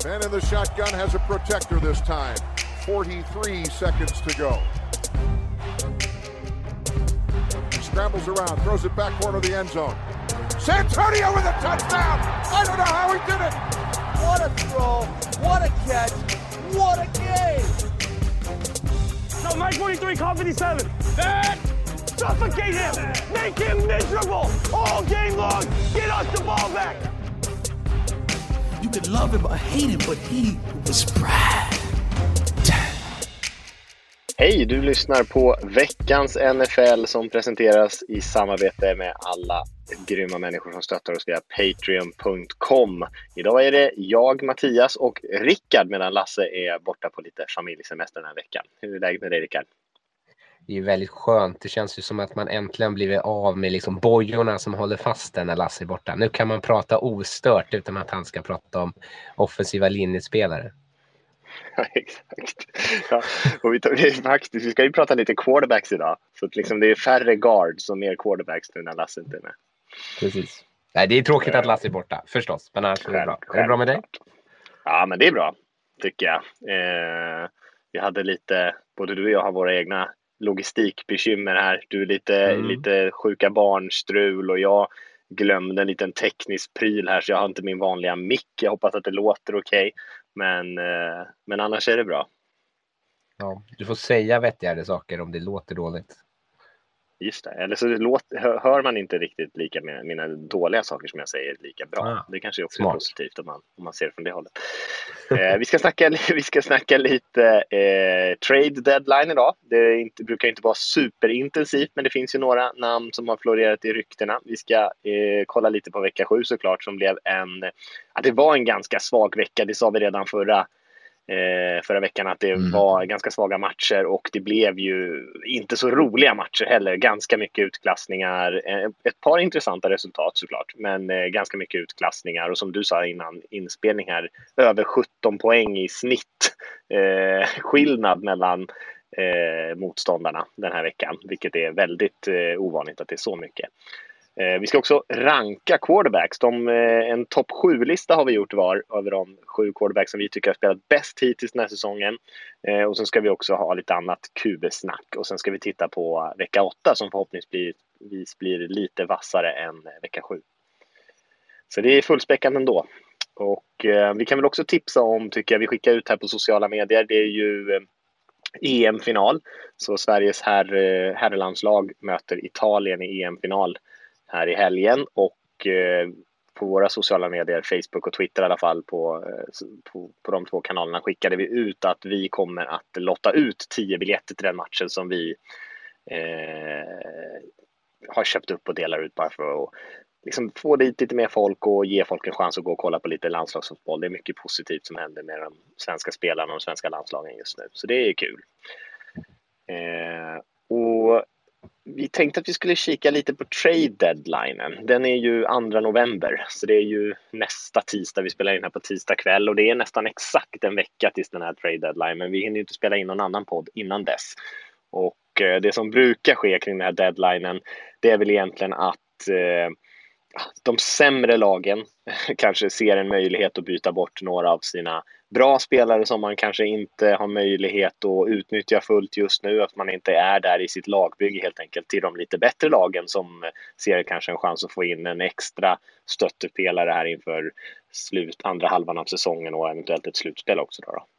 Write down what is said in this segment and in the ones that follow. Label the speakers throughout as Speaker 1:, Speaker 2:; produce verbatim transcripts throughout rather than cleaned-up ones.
Speaker 1: Man in the shotgun has a protector this time. forty-three seconds to go. He scrambles around, throws it back corner of the end zone. Santonio with a touchdown! I don't know how he did it!
Speaker 2: What a throw, what a catch, what a game!
Speaker 3: No, Mike twenty-three, call fifty-seven. That! Suffocate him! Make him miserable! All game long! Get us the ball back!
Speaker 4: You could love him or hate him, but he was Brad.
Speaker 5: Hej, du lyssnar på veckans N F L som presenteras i samarbete med alla grymma människor som stöttar oss via patreon punkt com. Idag är det jag, Mattias och Rickard, medan Lasse är borta på lite familjesemester den här veckan. Hur är läget med dig, Rickard?
Speaker 6: Det är väldigt skönt. Det känns ju som att man äntligen blivit av med liksom bojorna som håller fast den när Lasse är borta. Nu kan man prata ostört utan att han ska prata om offensiva linjespelare.
Speaker 5: Ja, exakt. Ja, och vi, tar, det är faktiskt, vi ska ju prata lite quarterbacks idag. Så att liksom det är färre guards och mer quarterbacks nu när Lasse inte är med.
Speaker 6: Precis. Nej, det är tråkigt att Lasse är borta, förstås. Men annars är det bra. Är det bra med dig?
Speaker 5: Ja, men det är bra, tycker jag. Eh, vi hade lite, både du och jag har våra egna logistikbekymmer här. Du är lite, mm. lite sjuka barnstrul och jag glömde en liten teknisk pryl här, så jag har inte min vanliga mick. Jag hoppas att det låter okej. Okay. Men, eh, men annars är det bra.
Speaker 6: Ja, du får säga vettigare saker om det låter dåligt.
Speaker 5: Just det, eller så det låter, hör man inte riktigt lika med mina dåliga saker som jag säger lika bra. Ah, det kanske också är positivt om man, om man ser det från det hållet. eh, vi, ska snacka, vi ska snacka lite eh, trade deadline idag. Det inte, brukar inte vara superintensivt, men det finns ju några namn som har florerat i ryktena. Vi ska eh, kolla lite på vecka sju såklart, som blev en... Ja, det var en ganska svag vecka, det sa vi redan förra Eh, förra veckan att det mm. var ganska svaga matcher, och det blev ju inte så roliga matcher heller. Ganska mycket utklassningar, eh, ett par intressanta resultat såklart, men eh, ganska mycket utklassningar, och som du sa innan inspelning här, över sjutton poäng i snitt eh, skillnad mellan eh, motståndarna den här veckan, vilket är väldigt eh, ovanligt att det är så mycket. Eh, vi ska också ranka quarterbacks. De, eh, en topp sju-lista har vi gjort var över de sju quarterbacks som vi tycker har spelat bäst hittills den här säsongen. Eh, och sen ska vi också ha lite annat Q B-snack. Och sen ska vi titta på vecka åtta som förhoppningsvis blir lite vassare än vecka sju. Så det är fullspäckat ändå. Och eh, vi kan väl också tipsa om, tycker jag, vi skickar ut här på sociala medier. Det är ju eh, E M-final. Så Sveriges här, eh, herrlandslag möter Italien i E M-final här i helgen, och eh, på våra sociala medier, Facebook och Twitter i alla fall, på, eh, på, på de två kanalerna skickade vi ut att vi kommer att lotta ut tio biljetter till den matchen som vi eh, har köpt upp och delar ut bara för att liksom få dit lite mer folk och ge folk en chans att gå och kolla på lite landslagsfotboll. Det är mycket positivt som händer med de svenska spelarna och de svenska landslagen just nu, så det är kul. Eh, och vi tänkte att vi skulle kika lite på trade deadlinen. Den är ju andra november, så det är ju nästa tisdag. Vi spelar in här på tisdag kväll, och det är nästan exakt en vecka tills den här trade deadline. Men vi hinner ju inte spela in någon annan podd innan dess. Och det som brukar ske kring den här deadlinen, det är väl egentligen att eh, de sämre lagen kanske ser en möjlighet att byta bort några av sina bra spelare som man kanske inte har möjlighet att utnyttja fullt just nu, att man inte är där i sitt lagbygge helt enkelt, till de lite bättre lagen som ser kanske en chans att få in en extra stöttepelare här inför slut, andra halvan av säsongen och eventuellt ett slutspel också då. då.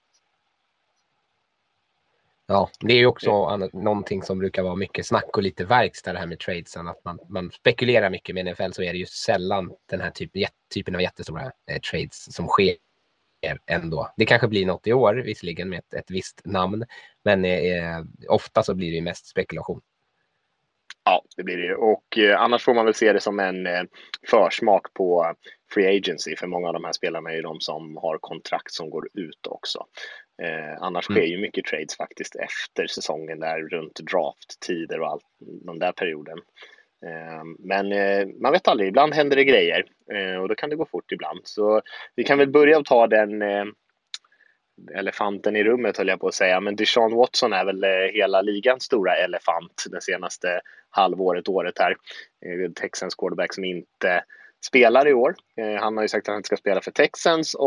Speaker 6: Ja, det är ju också någonting som brukar vara mycket snack och lite verkstad, det här med tradesen, att man, man spekulerar mycket med N F L, så är det ju sällan den här typ, typen av jättestora eh, trades som sker ändå. Det kanske blir något i år, visserligen med ett, ett visst namn, men eh, ofta så blir det ju mest spekulation.
Speaker 5: Ja, det blir det. Och eh, annars får man väl se det som en eh, försmak på free agency, för många av de här spelarna är ju de som har kontrakt som går ut också. Eh, annars mm. sker ju mycket trades faktiskt efter säsongen där, runt draft-tider och allt, den där perioden. Eh, men eh, man vet aldrig, ibland händer det grejer eh, och då kan det gå fort ibland. Så vi kan väl börja att ta den eh, elefanten i rummet, höll jag på att säga. Men Deshaun Watson är väl eh, hela ligans stora elefant den senaste halvåret, året här. Eh, Texans quarterback som inte spelar i år. Eh, han har ju sagt att han inte ska spela för Texans, och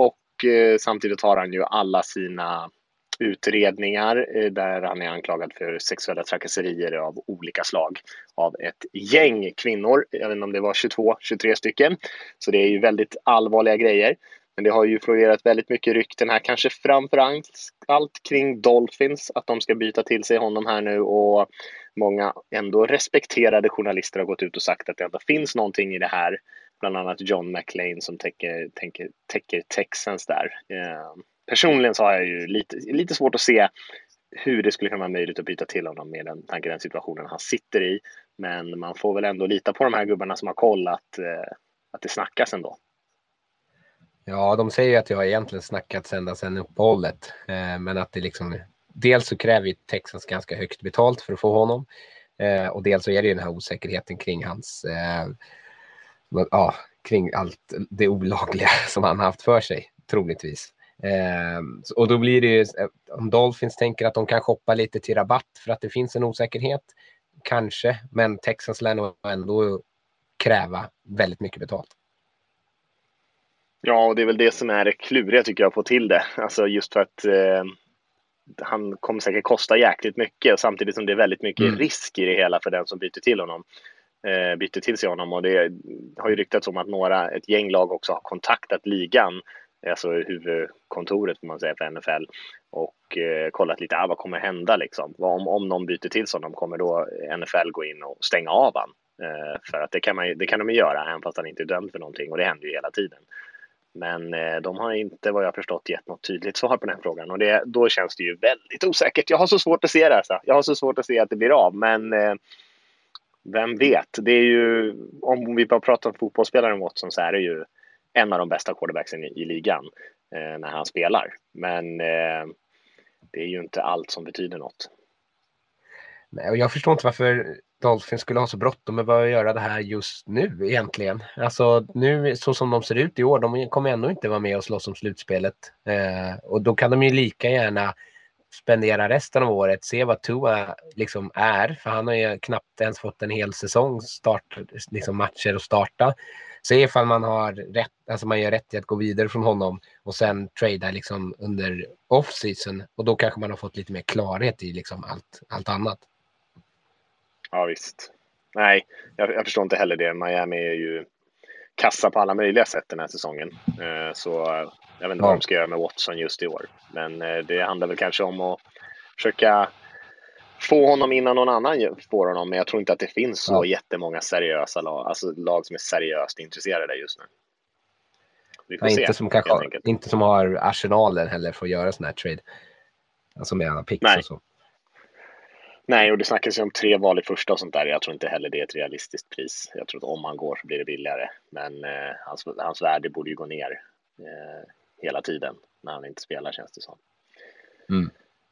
Speaker 5: och eh, samtidigt har han ju alla sina utredningar eh, där han är anklagad för sexuella trakasserier av olika slag av ett gäng kvinnor. Jag vet inte om det var tjugotvå, tjugotre stycken. Så det är ju väldigt allvarliga grejer. Men det har ju florerat väldigt mycket rykten här, kanske framförallt allt kring Dolphins, att de ska byta till sig honom här nu, och många ändå respekterade journalister har gått ut och sagt att det ändå finns någonting i det här. Bland annat John McClain som täcker, täcker, täcker Texans där. Eh, personligen så har jag ju lite, lite svårt att se hur det skulle kunna vara möjligt att byta till honom med den, tanke den situationen han sitter i. Men man får väl ändå lita på de här gubbarna som har kollat eh, att det snackas ändå.
Speaker 6: Ja, de säger ju att jag egentligen snackat ända sedan uppehållet. Eh, men att det liksom, dels så kräver ju Texans ganska högt betalt för att få honom. Eh, och dels så är det ju den här osäkerheten kring hans, eh, ja, kring allt det olagliga som han haft för sig, troligtvis. Eh, och då blir det ju, om Dolphins tänker att de kan shoppa lite till rabatt för att det finns en osäkerhet, kanske. Men Texans lär nog ändå kräva väldigt mycket betalt.
Speaker 5: Ja, och det är väl det som är det kluriga tycker jag att få till det. Alltså just för att eh, han kommer säkert kosta jäkligt mycket, samtidigt som det är väldigt mycket mm. risk i det hela för den som byter till honom. Eh, byter till sig honom, och det har ju ryktats om att några, ett gäng lag också har kontaktat ligan, alltså huvudkontoret får man säga för N F L, och eh, kollat lite, ah, vad kommer hända liksom. Om, om någon byter till sig honom, kommer då N F L gå in och stänga av han? Eh, för att det kan, man, det kan de ju göra, även fast han inte är dömd för någonting, och det händer ju hela tiden. Men eh, de har inte, vad jag har förstått, gett något tydligt svar på den här frågan. Och det, då känns det ju väldigt osäkert. Jag har så svårt att se det. Alltså. Jag har så svårt att se att det blir av. Men eh, vem vet? Det är ju, om vi bara pratar om fotbollsspelaren Watson, så är det ju en av de bästa quarterbacksen i, i ligan eh, när han spelar. Men eh, det är ju inte allt som betyder något.
Speaker 6: Nej, och jag förstår inte varför Dolphins skulle ha så bråttom med att göra det här just nu egentligen. Alltså nu, så som de ser ut i år, de kommer ändå inte vara med och slåss om slutspelet. Eh, och då kan de ju lika gärna spendera resten av året, se vad Tua liksom är. För han har ju knappt ens fått en hel säsong start, liksom matcher att starta. Se ifall man har rätt, alltså man gör rätt i att gå vidare från honom och sen trada liksom under off-season. Och då kanske man har fått lite mer klarhet i liksom allt, allt annat.
Speaker 5: Ja visst. Nej, jag, jag förstår inte heller det. Miami är ju kassa på alla möjliga sätt den här säsongen. Eh, så jag vet inte ja. vad de ska göra med Watson just i år. Men eh, det handlar väl kanske om att försöka få honom innan någon annan får honom. Men jag tror inte att det finns så ja. jättemånga seriösa lag, alltså lag som är seriöst intresserade just nu. Vi får
Speaker 6: ja,
Speaker 5: se,
Speaker 6: inte, som kanske, inte som har arsenalen heller för att göra sån här trade. Alltså med alla picks Nej. och så.
Speaker 5: Nej, och det snackas ju om tre val i första och sånt där. Jag tror inte heller det är ett realistiskt pris. Jag tror att om han går så blir det billigare. Men eh, hans, hans värde borde ju gå ner eh, hela tiden när han inte spelar, känns det som.
Speaker 6: Mm.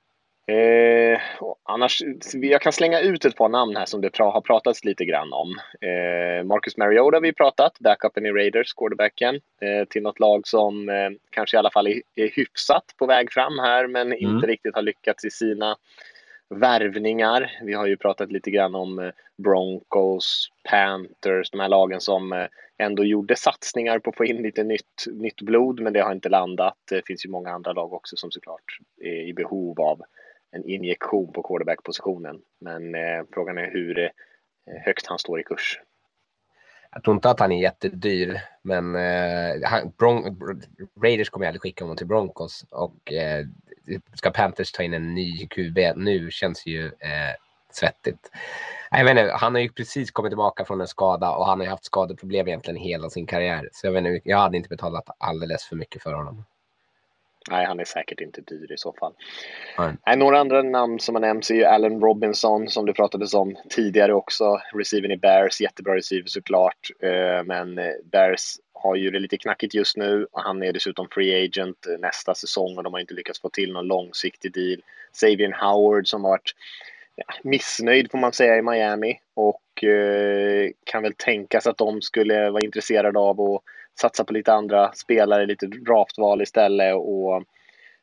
Speaker 5: Eh, annars, jag kan slänga ut ett par namn här som det pra- har pratats lite grann om. Eh, Marcus Mariota har vi pratat, backupen i Raiders, quarterbacken, eh, till något lag som eh, kanske i alla fall är, är hyfsat på väg fram här, men mm. inte riktigt har lyckats i sina värvningar. Vi har ju pratat lite grann om Broncos, Panthers, de här lagen som ändå gjorde satsningar på att få in lite nytt, nytt blod, men det har inte landat. Det finns ju många andra lag också som såklart är i behov av en injektion på quarterback-positionen. Men eh, frågan är hur eh, högt han står i kurs.
Speaker 6: Jag tror inte att han är jättedyr, men eh, han, Bron- Raiders kommer aldrig skicka honom till Broncos, och eh, ska Panthers ta in en ny Q B nu känns ju eh, svettigt. Jag vet inte, han har ju precis kommit tillbaka från en skada och han har ju haft skadeproblem egentligen hela sin karriär. Så jag vet inte, jag hade inte betalat alldeles för mycket för honom.
Speaker 5: Nej, han är säkert inte dyr i så fall.
Speaker 6: Nej.
Speaker 5: Nej, några andra namn som har nämnts är ju Allen Robinson som det pratades om tidigare också. Receiver i Bears, jättebra receiver såklart. Men Bears har ju det lite knackigt just nu. Han är dessutom free agent nästa säsong och de har inte lyckats få till någon långsiktig deal. Xavier Howard som har varit missnöjd får man säga i Miami och kan väl tänkas att de skulle vara intresserade av att satsa på lite andra spelare, lite draftval istället och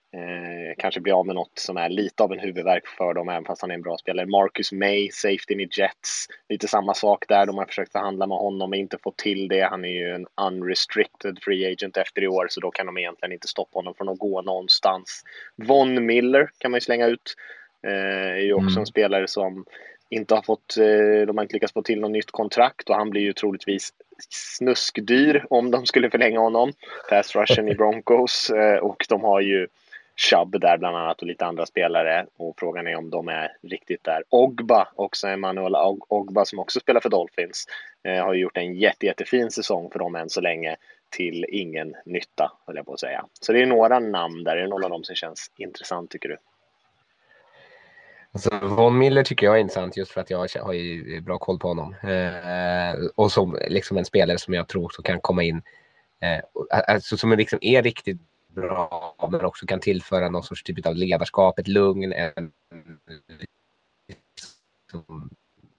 Speaker 5: Eh, kanske blir av med något som är lite av en huvudvärk för dem, även fast han är en bra spelare. Marcus May, safetyn i Jets, lite samma sak där. De har försökt förhandla med honom men inte fått till det. Han är ju en unrestricted free agent efter i år, så då kan de egentligen inte stoppa honom från att gå någonstans. Von Miller kan man ju slänga ut. Eh, är ju också mm. en spelare som inte har fått, eh, de har inte lyckats få till något nytt kontrakt, och han blir ju troligtvis snuskdyr om de skulle förlänga honom. Pass rushen i Broncos, eh, och de har ju Chubb där bland annat och lite andra spelare, och frågan är om de är riktigt där. Ogba, också Emmanuel Ogba som också spelar för Dolphins, eh, har gjort en jätte, jättefin säsong för dem än så länge, till ingen nytta, höll jag på att säga. Så det är några namn där. Är det någon av dem som känns intressant, tycker du?
Speaker 6: Alltså, Von Miller tycker jag är intressant just för att jag har ju bra koll på honom. Eh, och som liksom en spelare som jag tror så kan komma in, eh, alltså, som liksom är riktigt bra, men också kan tillföra någon sorts typ av ledarskap, ett lugn, en liksom,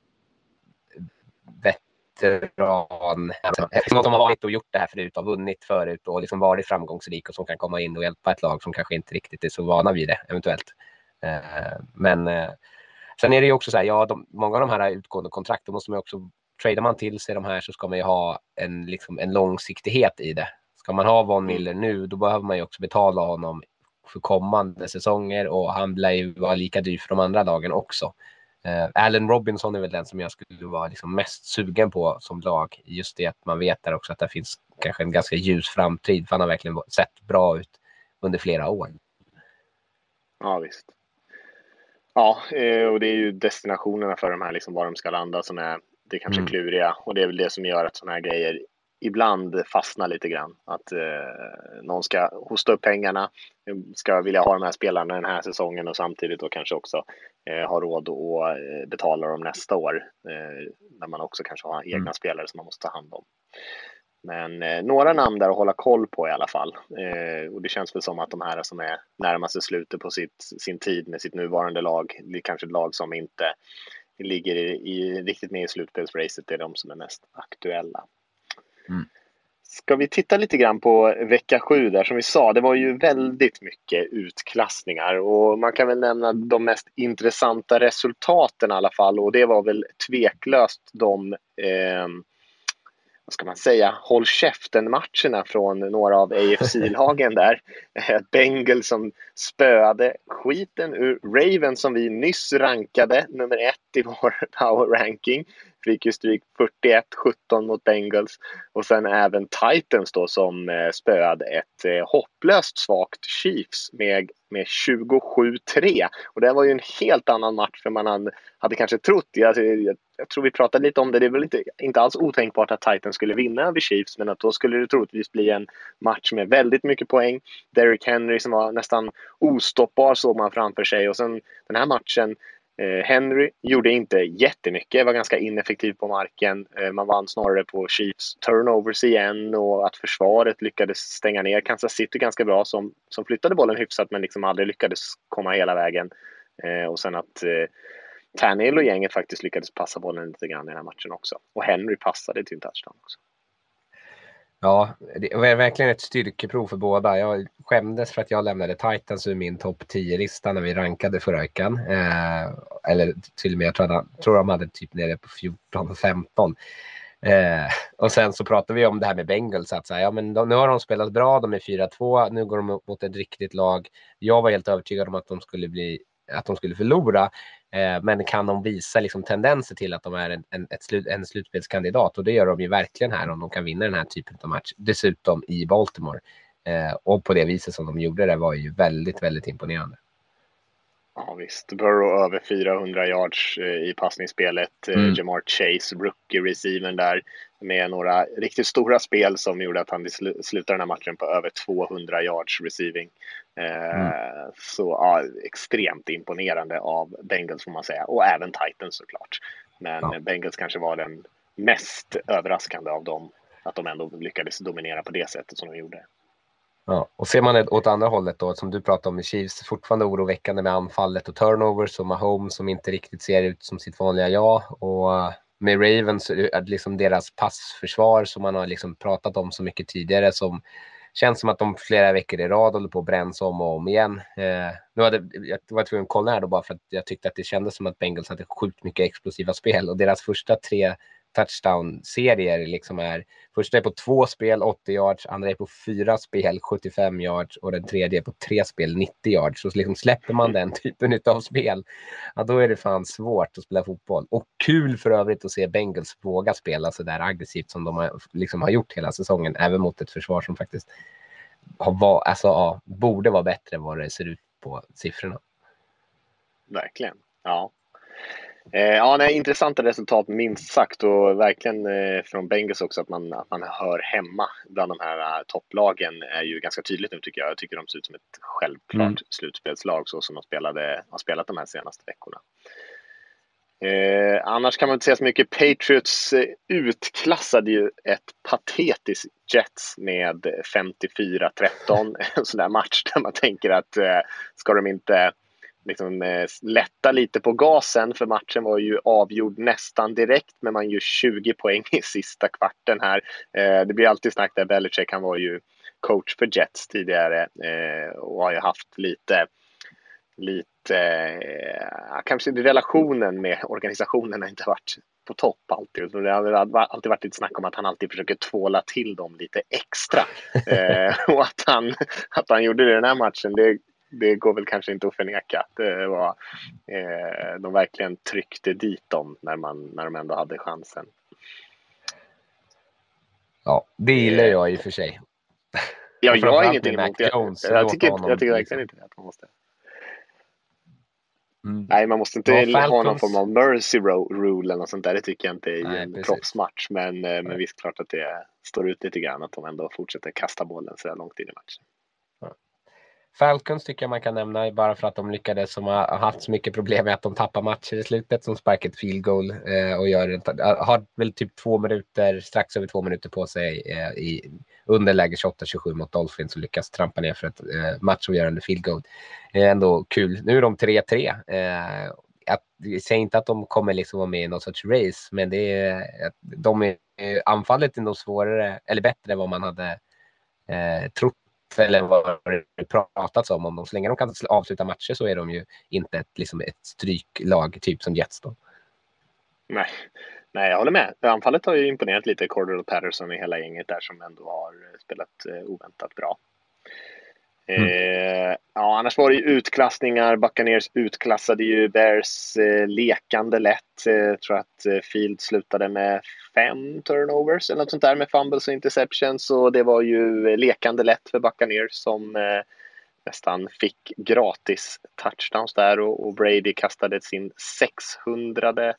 Speaker 6: veteran som har varit och gjort det här förut och vunnit förut och liksom varit framgångsrik och som kan komma in och hjälpa ett lag som kanske inte riktigt är så vana vid det eventuellt. Men sen är det ju också så här, ja, de, många av de här utgående kontrakten måste man ju också, tradar man till sig de här så ska man ju ha en, liksom, en långsiktighet i det. Ska man ha Von Miller nu, då behöver man ju också betala honom för kommande säsonger, och han blir ju vara lika dyr för de andra lagen också. Uh, Allen Robinson är väl den som jag skulle vara liksom mest sugen på som lag, just det att man vet där också att det finns kanske en ganska ljus framtid, för han har verkligen sett bra ut under flera år.
Speaker 5: Ja, visst. Ja, och det är ju destinationerna för de här, liksom var de ska landa, som är det kanske mm. kluriga, och det är väl det som gör att såna här grejer ibland fastnar lite grann. Att eh, någon ska hosta upp pengarna, ska vilja ha de här spelarna den här säsongen och samtidigt då kanske också eh, ha råd att eh, betala dem nästa år, eh, när man också kanske har egna mm. spelare som man måste ta hand om. Men eh, några namn där att hålla koll på i alla fall. Eh, och det känns väl som att de här som är närmast slutet på sitt, sin tid med sitt nuvarande lag, det är kanske ett lag som inte ligger i, i riktigt med i slutspelsracet, det är de som är mest aktuella. Mm. Ska vi titta lite grann på vecka sju där, som vi sa, det var ju väldigt mycket utklassningar, och man kan väl nämna de mest intressanta resultaten i alla fall, och det var väl tveklöst de eh, vad ska man säga, håll käften-matcherna från några av A F C-lagen där. Bengals som spöade skiten ur Ravens, som vi nyss rankade nummer ett i vår power ranking. Fick ju stryk fyrtioett sjutton mot Bengals. Och sen även Titans då, som spöade ett hopplöst svagt Chiefs med, med tjugosju tre. Och det var ju en helt annan match för man hade kanske trott. Jag, jag, jag tror vi pratade lite om det. Det är väl inte, inte alls otänkbart att Titans skulle vinna över Chiefs, men att då skulle det troligtvis bli en match med väldigt mycket poäng. Derrick Henry som var nästan ostoppbar såg man framför sig. Och sen den här matchen, Henry gjorde inte jättemycket, var ganska ineffektiv på marken. Man vann snarare på Chiefs turnovers igen, och att försvaret lyckades stänga ner Kansas City ganska bra, som, som flyttade bollen hyfsat men liksom aldrig lyckades komma hela vägen. Och sen att eh, Tannehill och gänget faktiskt lyckades passa bollen lite grann i den här matchen också. Och Henry passade till en touchdown också.
Speaker 6: Ja, det var verkligen ett styrkeprov för båda. Jag skämdes för att jag lämnade Titans ur min topp tio-lista när vi rankade förra veckan. Eh, eller till och med, jag tror, jag tror de hade typ nere på fjorton femton. Eh, och sen så pratade vi om det här med Bengals. Att så här, ja, men de, nu har de spelat bra, de är fyra två. Nu går de mot ett riktigt lag. Jag var helt övertygad om att de skulle bli att de skulle förlora, eh, men kan de visa liksom tendenser till att de är en, en, ett slut, en slutspelskandidat, och det gör de ju verkligen här om de kan vinna den här typen av match, dessutom i Baltimore, eh, och på det viset som de gjorde det var ju väldigt, väldigt imponerande.
Speaker 5: Ja visst, Burrow över fyrahundra yards i passningsspelet, mm. Jamar Chase, rookie-receiven där med några riktigt stora spel som gjorde att han sl- slutade den här matchen på över tvåhundra yards receiving. Eh, mm. Så ja, extremt imponerande av Bengals får man säga, och även Titans såklart. Men ja. Bengals kanske var den mest överraskande av dem, att de ändå lyckades dominera på det sättet som de gjorde.
Speaker 6: Ja, och ser man åt andra hållet då, som du pratade om med Chiefs, fortfarande oroväckande med anfallet och turnovers, och Mahomes som inte riktigt ser ut som sitt vanliga jag, och med Ravens liksom deras passförsvar som man har liksom pratat om så mycket tidigare, som känns som att de flera veckor i rad håller på att bränns om och om igen. Eh, nu hade, jag var tvungen att kolla här då bara för att jag tyckte att det kändes som att Bengals hade sjukt mycket explosiva spel och deras första tre touchdown-serier liksom är, första är på två spel åttio yards, andra är på fyra spel sjuttiofem yards och den tredje är på tre spel nittio yards. Så liksom släpper man den typen av spel, ja, då är det fan svårt att spela fotboll. Och kul för övrigt att se Bengals våga spela så där aggressivt som de har, liksom har gjort hela säsongen, även mot ett försvar som faktiskt har var, alltså, ja, borde vara bättre än vad det ser ut på siffrorna.
Speaker 5: Verkligen, ja. Eh, ja, nej, intressanta resultat minst sagt och verkligen eh, från Bengals också att man, att man hör hemma bland de här uh, topplagen är ju ganska tydligt nu tycker jag. Jag tycker de ser ut som ett självklart mm. slutspelslag så som de spelade, har spelat de här senaste veckorna. Eh, annars kan man inte säga så mycket. Patriots eh, utklassade ju ett patetiskt Jets med femtiofyra tretton. En sån där match där man tänker att eh, ska de inte liksom eh, lätta lite på gasen, för matchen var ju avgjord nästan direkt, men man gör tjugo poäng i sista kvarten här. Eh, det blir alltid snack där. Belichick, han var ju coach för Jets tidigare eh, och har ju haft lite lite eh, kanske relationen med organisationen har inte varit på topp alltid. Det har alltid varit ett snack om att han alltid försöker tvåla till dem lite extra. eh, och att han, att han gjorde det i den här matchen, det Det går väl kanske inte att förneka. Det var, eh, de verkligen tryckte dit dem när, man, när de ändå hade chansen.
Speaker 6: Ja, det gillar eh, jag i och för sig.
Speaker 5: Ja, jag har ingenting emot det. Jag, jag, tycker, jag tycker verkligen inte att man måste. Mm. Nej, man måste inte ja, ha någon form av mercy rule eller något sånt där. Det tycker jag inte i Nej, en precis. proffsmatch. Men, men visst klart att det står ut lite grann att de ändå fortsätter kasta bollen så här långt in i matchen.
Speaker 6: Ja. Falcons tycker jag man kan nämna bara för att de lyckades, som har haft så mycket problem med att de tappar matcher i slutet, som sparkar ett field goal eh, och gör, har väl typ två minuter, strax över två minuter på sig eh, i underläge tjugoåtta tjugosju mot Dolphins och lyckas trampa ner för ett eh, matchavgörande field goal. Eh, ändå kul. Nu är de tre tre. Eh, att, jag säger inte att de kommer liksom vara med i någon sorts race, men det är, de är anfallet är nog svårare eller bättre än vad man hade eh, trott eller vad det pratats om. Om de så länge de kan avsluta matcher så är de ju inte ett, liksom ett stryklag typ som Jets då.
Speaker 5: Nej. Nej, jag håller med. Anfallet har ju imponerat lite. Cordell Patterson i hela gänget där som ändå har spelat eh, oväntat bra. Mm. Eh, ja, annars var det ju utklassningar. Buccaneers utklassade ju Bears eh, lekande lätt. Eh, jag tror att eh, Field slutade med fem turnovers eller något sånt där med fumbles och interceptions. Och det var ju eh, lekande lätt för Buccaneers som eh, nästan fick gratis touchdowns där. Och, och Brady kastade sin sexhundrade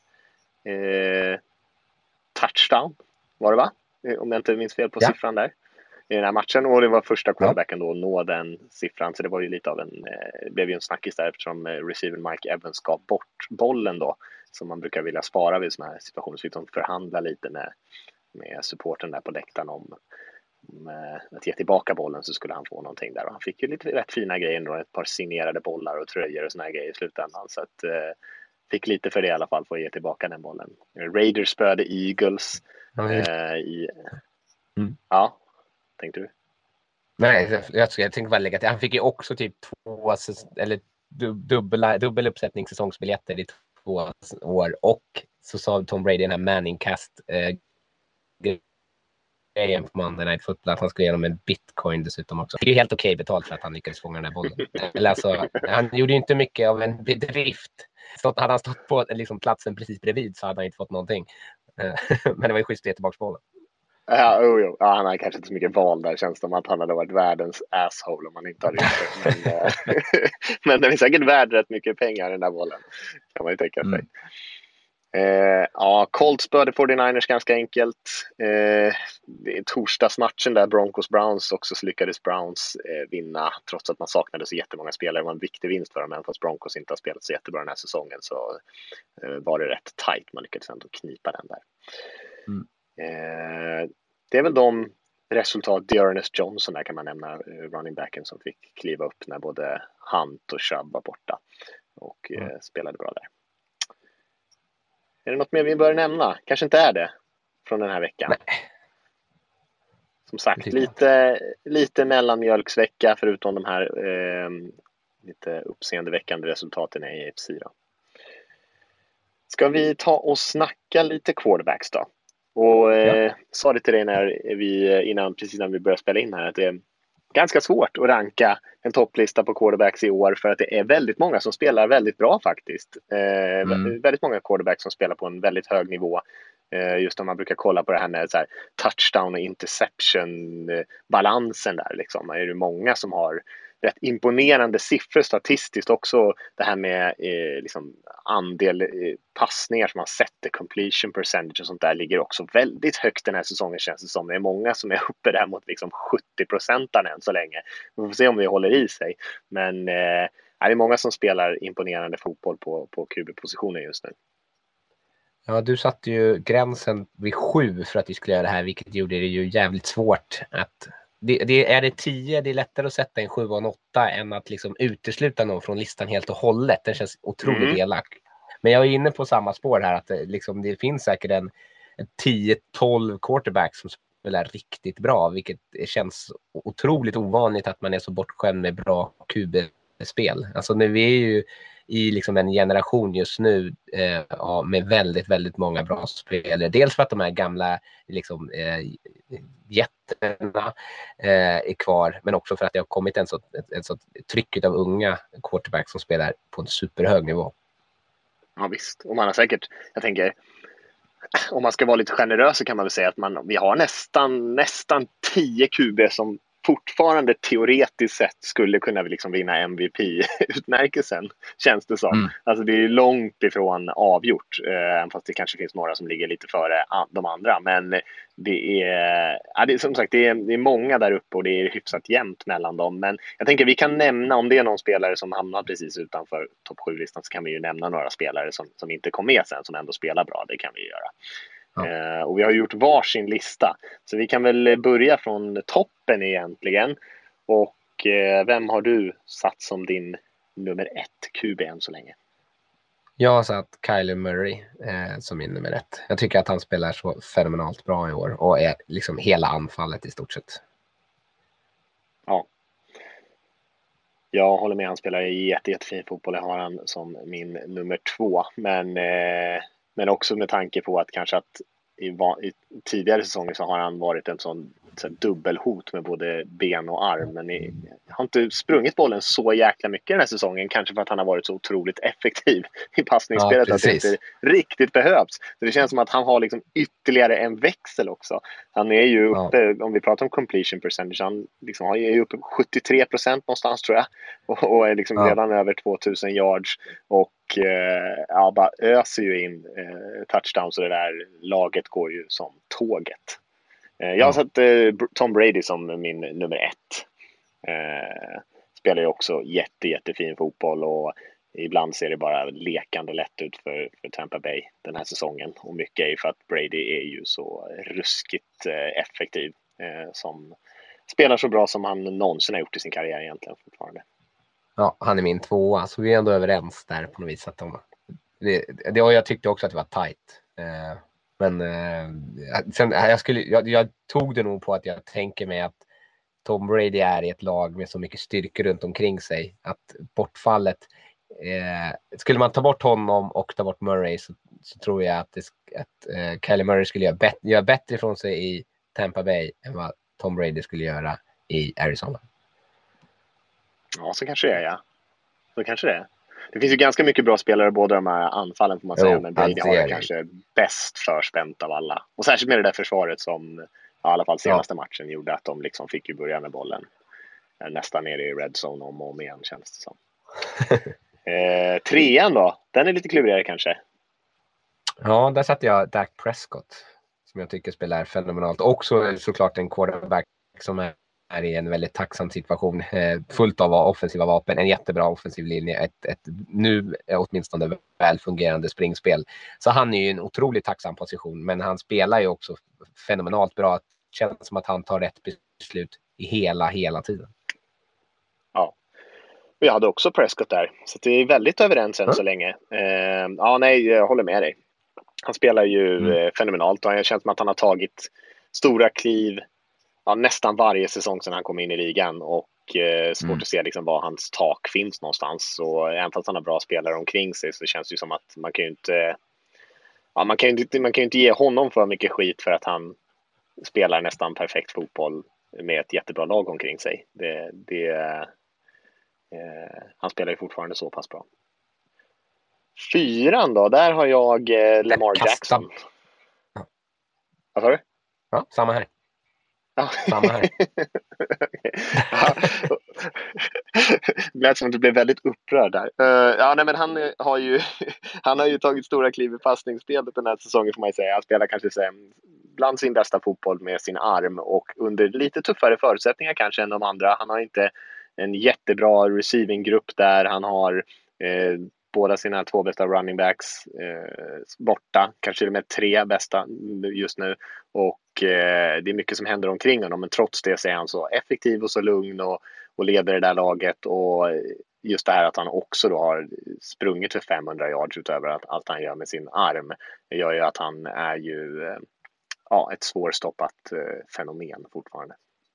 Speaker 5: eh, touchdown, var det va? Om jag inte minns fel på ja. siffran där. I den här matchen, och det var första quarterbacken då att nå den siffran, så det var ju lite av en eh, blev ju en snackis där eftersom eh, receiver Mike Evans gav bort bollen då, som man brukar vilja spara vid såna här situationer, så fick de förhandla lite med, med supporten där på läktaren om, om eh, att ge tillbaka bollen, så skulle han få någonting där, och han fick ju lite rätt fina grejer då, ett par signerade bollar och tröjor och såna här grejer i slutändan, så att eh, fick lite för det i alla fall för att ge tillbaka den bollen. Raiders spöade Eagles eh, i mm. ja. Tänkte du?
Speaker 6: Nej, jag, jag tänkte bara lägga till. Han fick ju också typ två eller dubbla, dubbel uppsättning säsongsbiljetter i två år, och så sa Tom Brady den här Manning-cast eh, grejen på Monday Night Football att han skulle genom en bitcoin dessutom också. Det är ju helt okej betalt för att han lyckades fånga den här bollen. Eller alltså, han gjorde ju inte mycket av en bedrift. Så hade han stått på liksom, platsen precis bredvid så hade han inte fått någonting. Men det var ju schysst att ge tillbaka bollen.
Speaker 5: Ja, oh, oh. ja, han har kanske inte så mycket val där, känns det som att han hade varit världens asshole om man inte hade gjort det. Men, men den är säkert värd rätt mycket pengar den där bollen, kan man ju tänka sig. Mm. Eh, ja, Colts spöade fyrtionioers ganska enkelt. Eh, det är torsdagsmatchen där Broncos-Browns också, så lyckades Browns eh, vinna trots att man saknade så jättemånga spelare. Det var en viktig vinst för dem, men fast Broncos inte har spelat så jättebra den här säsongen så eh, var det rätt tight. Man lyckades ändå knipa den där. Mm. Eh, det är väl de resultat. Dearness Johnson där kan man nämna, running backen som fick kliva upp när både Hunt och Chubb var borta och mm. eh, spelade bra där. Är det något mer vi bör nämna? Kanske inte är det från den här veckan.
Speaker 6: Nej.
Speaker 5: som sagt, lite, lite mellanmjölksvecka förutom de här eh, lite uppseendeväckande resultaten i A F C då. Ska vi ta och snacka lite quarterbacks då? Och eh, ja. sa det till dig när vi, innan, precis när vi började spela in här, att det är ganska svårt att ranka en topplista på quarterbacks i år för att det är väldigt många som spelar väldigt bra faktiskt. Eh, mm. Väldigt många quarterbacks som spelar på en väldigt hög nivå. Eh, just om man brukar kolla på det här med så här, touchdown och interception eh, balansen där liksom. Är det många som har rätt imponerande siffror statistiskt också. Det här med eh, liksom andel eh, passningar som man sätter, completion percentage och sånt där ligger också väldigt högt den här säsongen, känns det som. Det är många som är uppe där mot liksom sjuttio procent än så länge. Vi får se om det håller i sig. Men eh, det är många som spelar imponerande fotboll på, på Q B-positionen just nu.
Speaker 6: Ja, du satte ju gränsen vid sju för att vi skulle göra det här, vilket gjorde det ju jävligt svårt att... Det, det, är det tio, det är lättare att sätta en sju och en åtta än att liksom utesluta någon från listan helt och hållet. Den känns otroligt mm. elak. Men jag är inne på samma spår här, att det, liksom, det finns säkert en, en tio tolv quarterbacks som spelar riktigt bra, vilket känns otroligt ovanligt att man är så bortskämd med bra Q B-spel. Alltså när vi är ju i liksom en generation just nu eh, ja, med väldigt, väldigt många bra spelare. Dels för att de här gamla liksom, eh, jätterna eh, är kvar, men också för att det har kommit en så, ett, ett så trycket av unga quarterbacks som spelar på en superhög nivå.
Speaker 5: Ja visst, och man har säkert, jag tänker, om man ska vara lite generös så kan man väl säga att man, vi har nästan, nästan tio Q B som fortfarande teoretiskt sett skulle kunna liksom vinna M V P-utmärkelsen, känns det som. Mm. Alltså det är långt ifrån avgjort, eh, fast det kanske finns några som ligger lite före de andra. Men det är, ja, det är som sagt, det är, det är många där uppe och det är hyfsat jämnt mellan dem. Men jag tänker vi kan nämna, om det är någon spelare som hamnar precis utanför topp sju-listan, så kan vi ju nämna några spelare som, som inte kom med sen, som ändå spelar bra. Det kan vi göra. Ja. Uh, och vi har gjort varsin lista, så vi kan väl börja från toppen egentligen. Och uh, vem har du satt som din nummer ett Q B än så länge?
Speaker 6: Jag har satt Kyler Murray eh, som min nummer ett. Jag tycker att han spelar så fenomenalt bra i år och är liksom hela anfallet i stort sett.
Speaker 5: Ja, jag håller med, han spelar jätte, jättefin fotboll. Jag har han som min nummer två, men eh, Men också med tanke på att kanske att i, i tidigare säsonger så har han varit en sån, sån dubbelhot med både ben och arm. Men i, har inte sprungit bollen så jäkla mycket den här säsongen. Kanske för att han har varit så otroligt effektiv i passningsspelet, ja, att det inte riktigt behövs. Så det känns som att han har liksom ytterligare en växel också. Han är ju uppe, ja. Om vi pratar om completion percentage, han liksom är ju uppe på sjuttiotre procent någonstans tror jag. Och, och är liksom ja. redan över tvåtusen yards. Och ja, bara öser ju in eh, touchdowns, och det där laget går ju som tåget. Eh, jag har satt eh, Tom Brady som min nummer ett. Eh, spelar ju också jätte, jättefin fotboll, och ibland ser det bara lekande lätt ut för, för Tampa Bay den här säsongen. Och mycket är ju för att Brady är ju så ruskigt eh, effektiv eh, som spelar så bra som han någonsin har gjort i sin karriär egentligen fortfarande.
Speaker 6: Ja, han är min tvåa, så vi är ändå överens där på något vis. Att de, det, det, och jag tyckte också att det var tight. Eh, men eh, sen, jag, skulle, jag, jag tog det nog på att jag tänker mig att Tom Brady är i ett lag med så mycket styrka runt omkring sig. Att bortfallet, eh, skulle man ta bort honom och ta bort Murray, så, så tror jag att, det, att eh, Kyler Murray skulle göra, bet, göra bättre ifrån sig i Tampa Bay än vad Tom Brady skulle göra i Arizona.
Speaker 5: Ja, så kanske det är, ja. Så kanske det är. Det finns ju ganska mycket bra spelare, båda de här anfallen får man säga, jo, men Brady har det kanske bäst förspänt av alla. Och särskilt med det där försvaret som, ja, i alla fall senaste ja. matchen, gjorde att de liksom fick ju börja med bollen nästan nere i red zone om och om igen, känns det som. eh, trean då, den är lite klurigare kanske.
Speaker 6: Ja, där satte jag Dak Prescott, som jag tycker spelar fenomenalt. Också såklart en quarterback som är är i en väldigt tacksam situation, eh, fullt av offensiva vapen, en jättebra offensiv linje, ett, ett nu åtminstone väl fungerande springspel. Så han är ju en otroligt tacksam position, men han spelar ju också fenomenalt bra. Det känns som att han tar rätt beslut i hela, hela tiden.
Speaker 5: Ja, vi hade också Prescott där, så det är väldigt överens än mm. så länge. Eh, ja, nej, jag håller med dig. Han spelar ju mm. eh, fenomenalt, och jag känner som att han har tagit stora kliv ja, nästan varje säsong sedan han kom in i ligan och eh, svårt
Speaker 6: Mm.
Speaker 5: att se liksom var hans tak finns någonstans. Så även fast han har bra spelare omkring sig så känns det ju som att man kan ju inte ja, man kan ju inte, man kan ju inte ge honom för mycket skit för att han spelar nästan perfekt fotboll med ett jättebra lag omkring sig. Det, det, eh, han spelar ju fortfarande så pass bra. Fyran då, där har jag eh, Lamar Jackson.
Speaker 6: Ja.
Speaker 5: Vad sa du?
Speaker 6: Ja, samma här.
Speaker 5: Ja.
Speaker 6: Samma här.
Speaker 5: Ja. Det lät som att du blev väldigt upprörd där. Uh, ja, nej, men han har ju han har ju tagit stora kliv i passningsspelet den här säsongen, får man ju säga. Han spelar kanske sen, bland sin bästa fotboll med sin arm och under lite tuffare förutsättningar kanske än de andra. Han har inte en jättebra receiving-grupp där. Han har eh, båda sina två bästa running backs eh, borta, kanske till och med tre bästa just nu, och eh, det är mycket som händer omkring honom, men trots det så är han så effektiv och så lugn och, och leder det där laget, och just det här att han också då har sprungit för femhundra yards utöver att allt han gör med sin arm, det gör ju att han är ju eh, ja, ett svårstoppat eh, fenomen fortfarande.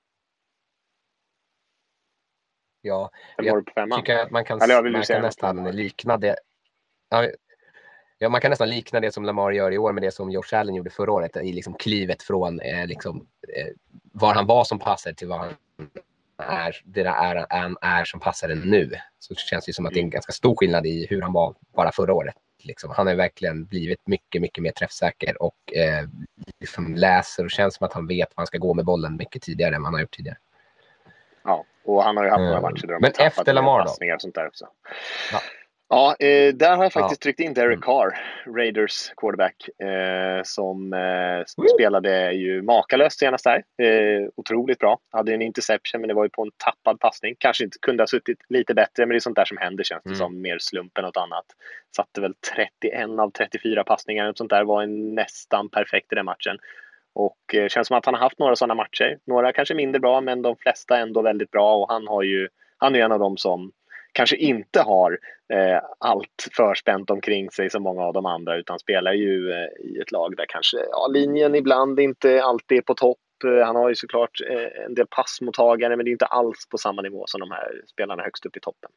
Speaker 6: Ja,
Speaker 5: Vem
Speaker 6: jag
Speaker 5: har du på femman?
Speaker 6: tycker att man kan,
Speaker 5: Eller jag vill
Speaker 6: man
Speaker 5: säga
Speaker 6: kan
Speaker 5: något
Speaker 6: nästan
Speaker 5: på
Speaker 6: likna det. Ja, ja, man kan nästan likna det som Lamar gör i år med det som Josh Allen gjorde förra året, i liksom klivet från eh, liksom, eh, var han var som passare till vad han är, det där är, han är som passare nu. Så det känns det som att det är en ganska stor skillnad i hur han var bara förra året. Liksom. Han har verkligen blivit mycket, mycket mer träffsäker och eh, liksom läser och känns som att han vet vad han ska gå med bollen mycket tidigare än vad han har gjort tidigare.
Speaker 5: Ja, och han har ju haft några
Speaker 6: Mm.
Speaker 5: matcher där de
Speaker 6: Men
Speaker 5: har tappat
Speaker 6: efter Lamar då?
Speaker 5: passningar och sånt där också.
Speaker 6: Ja.
Speaker 5: Ja, eh, där har jag faktiskt
Speaker 6: Ja.
Speaker 5: tryckt in Derek
Speaker 6: Mm.
Speaker 5: Carr, Raiders quarterback, eh, som eh, spelade ju makalöst senast där. Eh, otroligt bra. Hade en interception, men det var ju på en tappad passning. Kanske inte kunde ha suttit lite bättre, men det är sånt där som händer, känns det
Speaker 6: Mm.
Speaker 5: som. Mer slump än något annat. Satte väl trettioen av trettiofyra passningar och sånt där, var en nästan perfekt i den matchen. Och eh, känns som att han har haft några sådana matcher. Några kanske mindre bra, men de flesta ändå väldigt bra. Och han har ju, han är en av dem som kanske inte har eh, allt förspänt omkring sig som många av de andra, utan spelar ju eh, i ett lag där kanske ja, linjen ibland inte alltid är på topp. Eh, han har ju såklart eh, en del passmottagare, men det är inte alls på samma nivå som de här spelarna högst upp i toppen.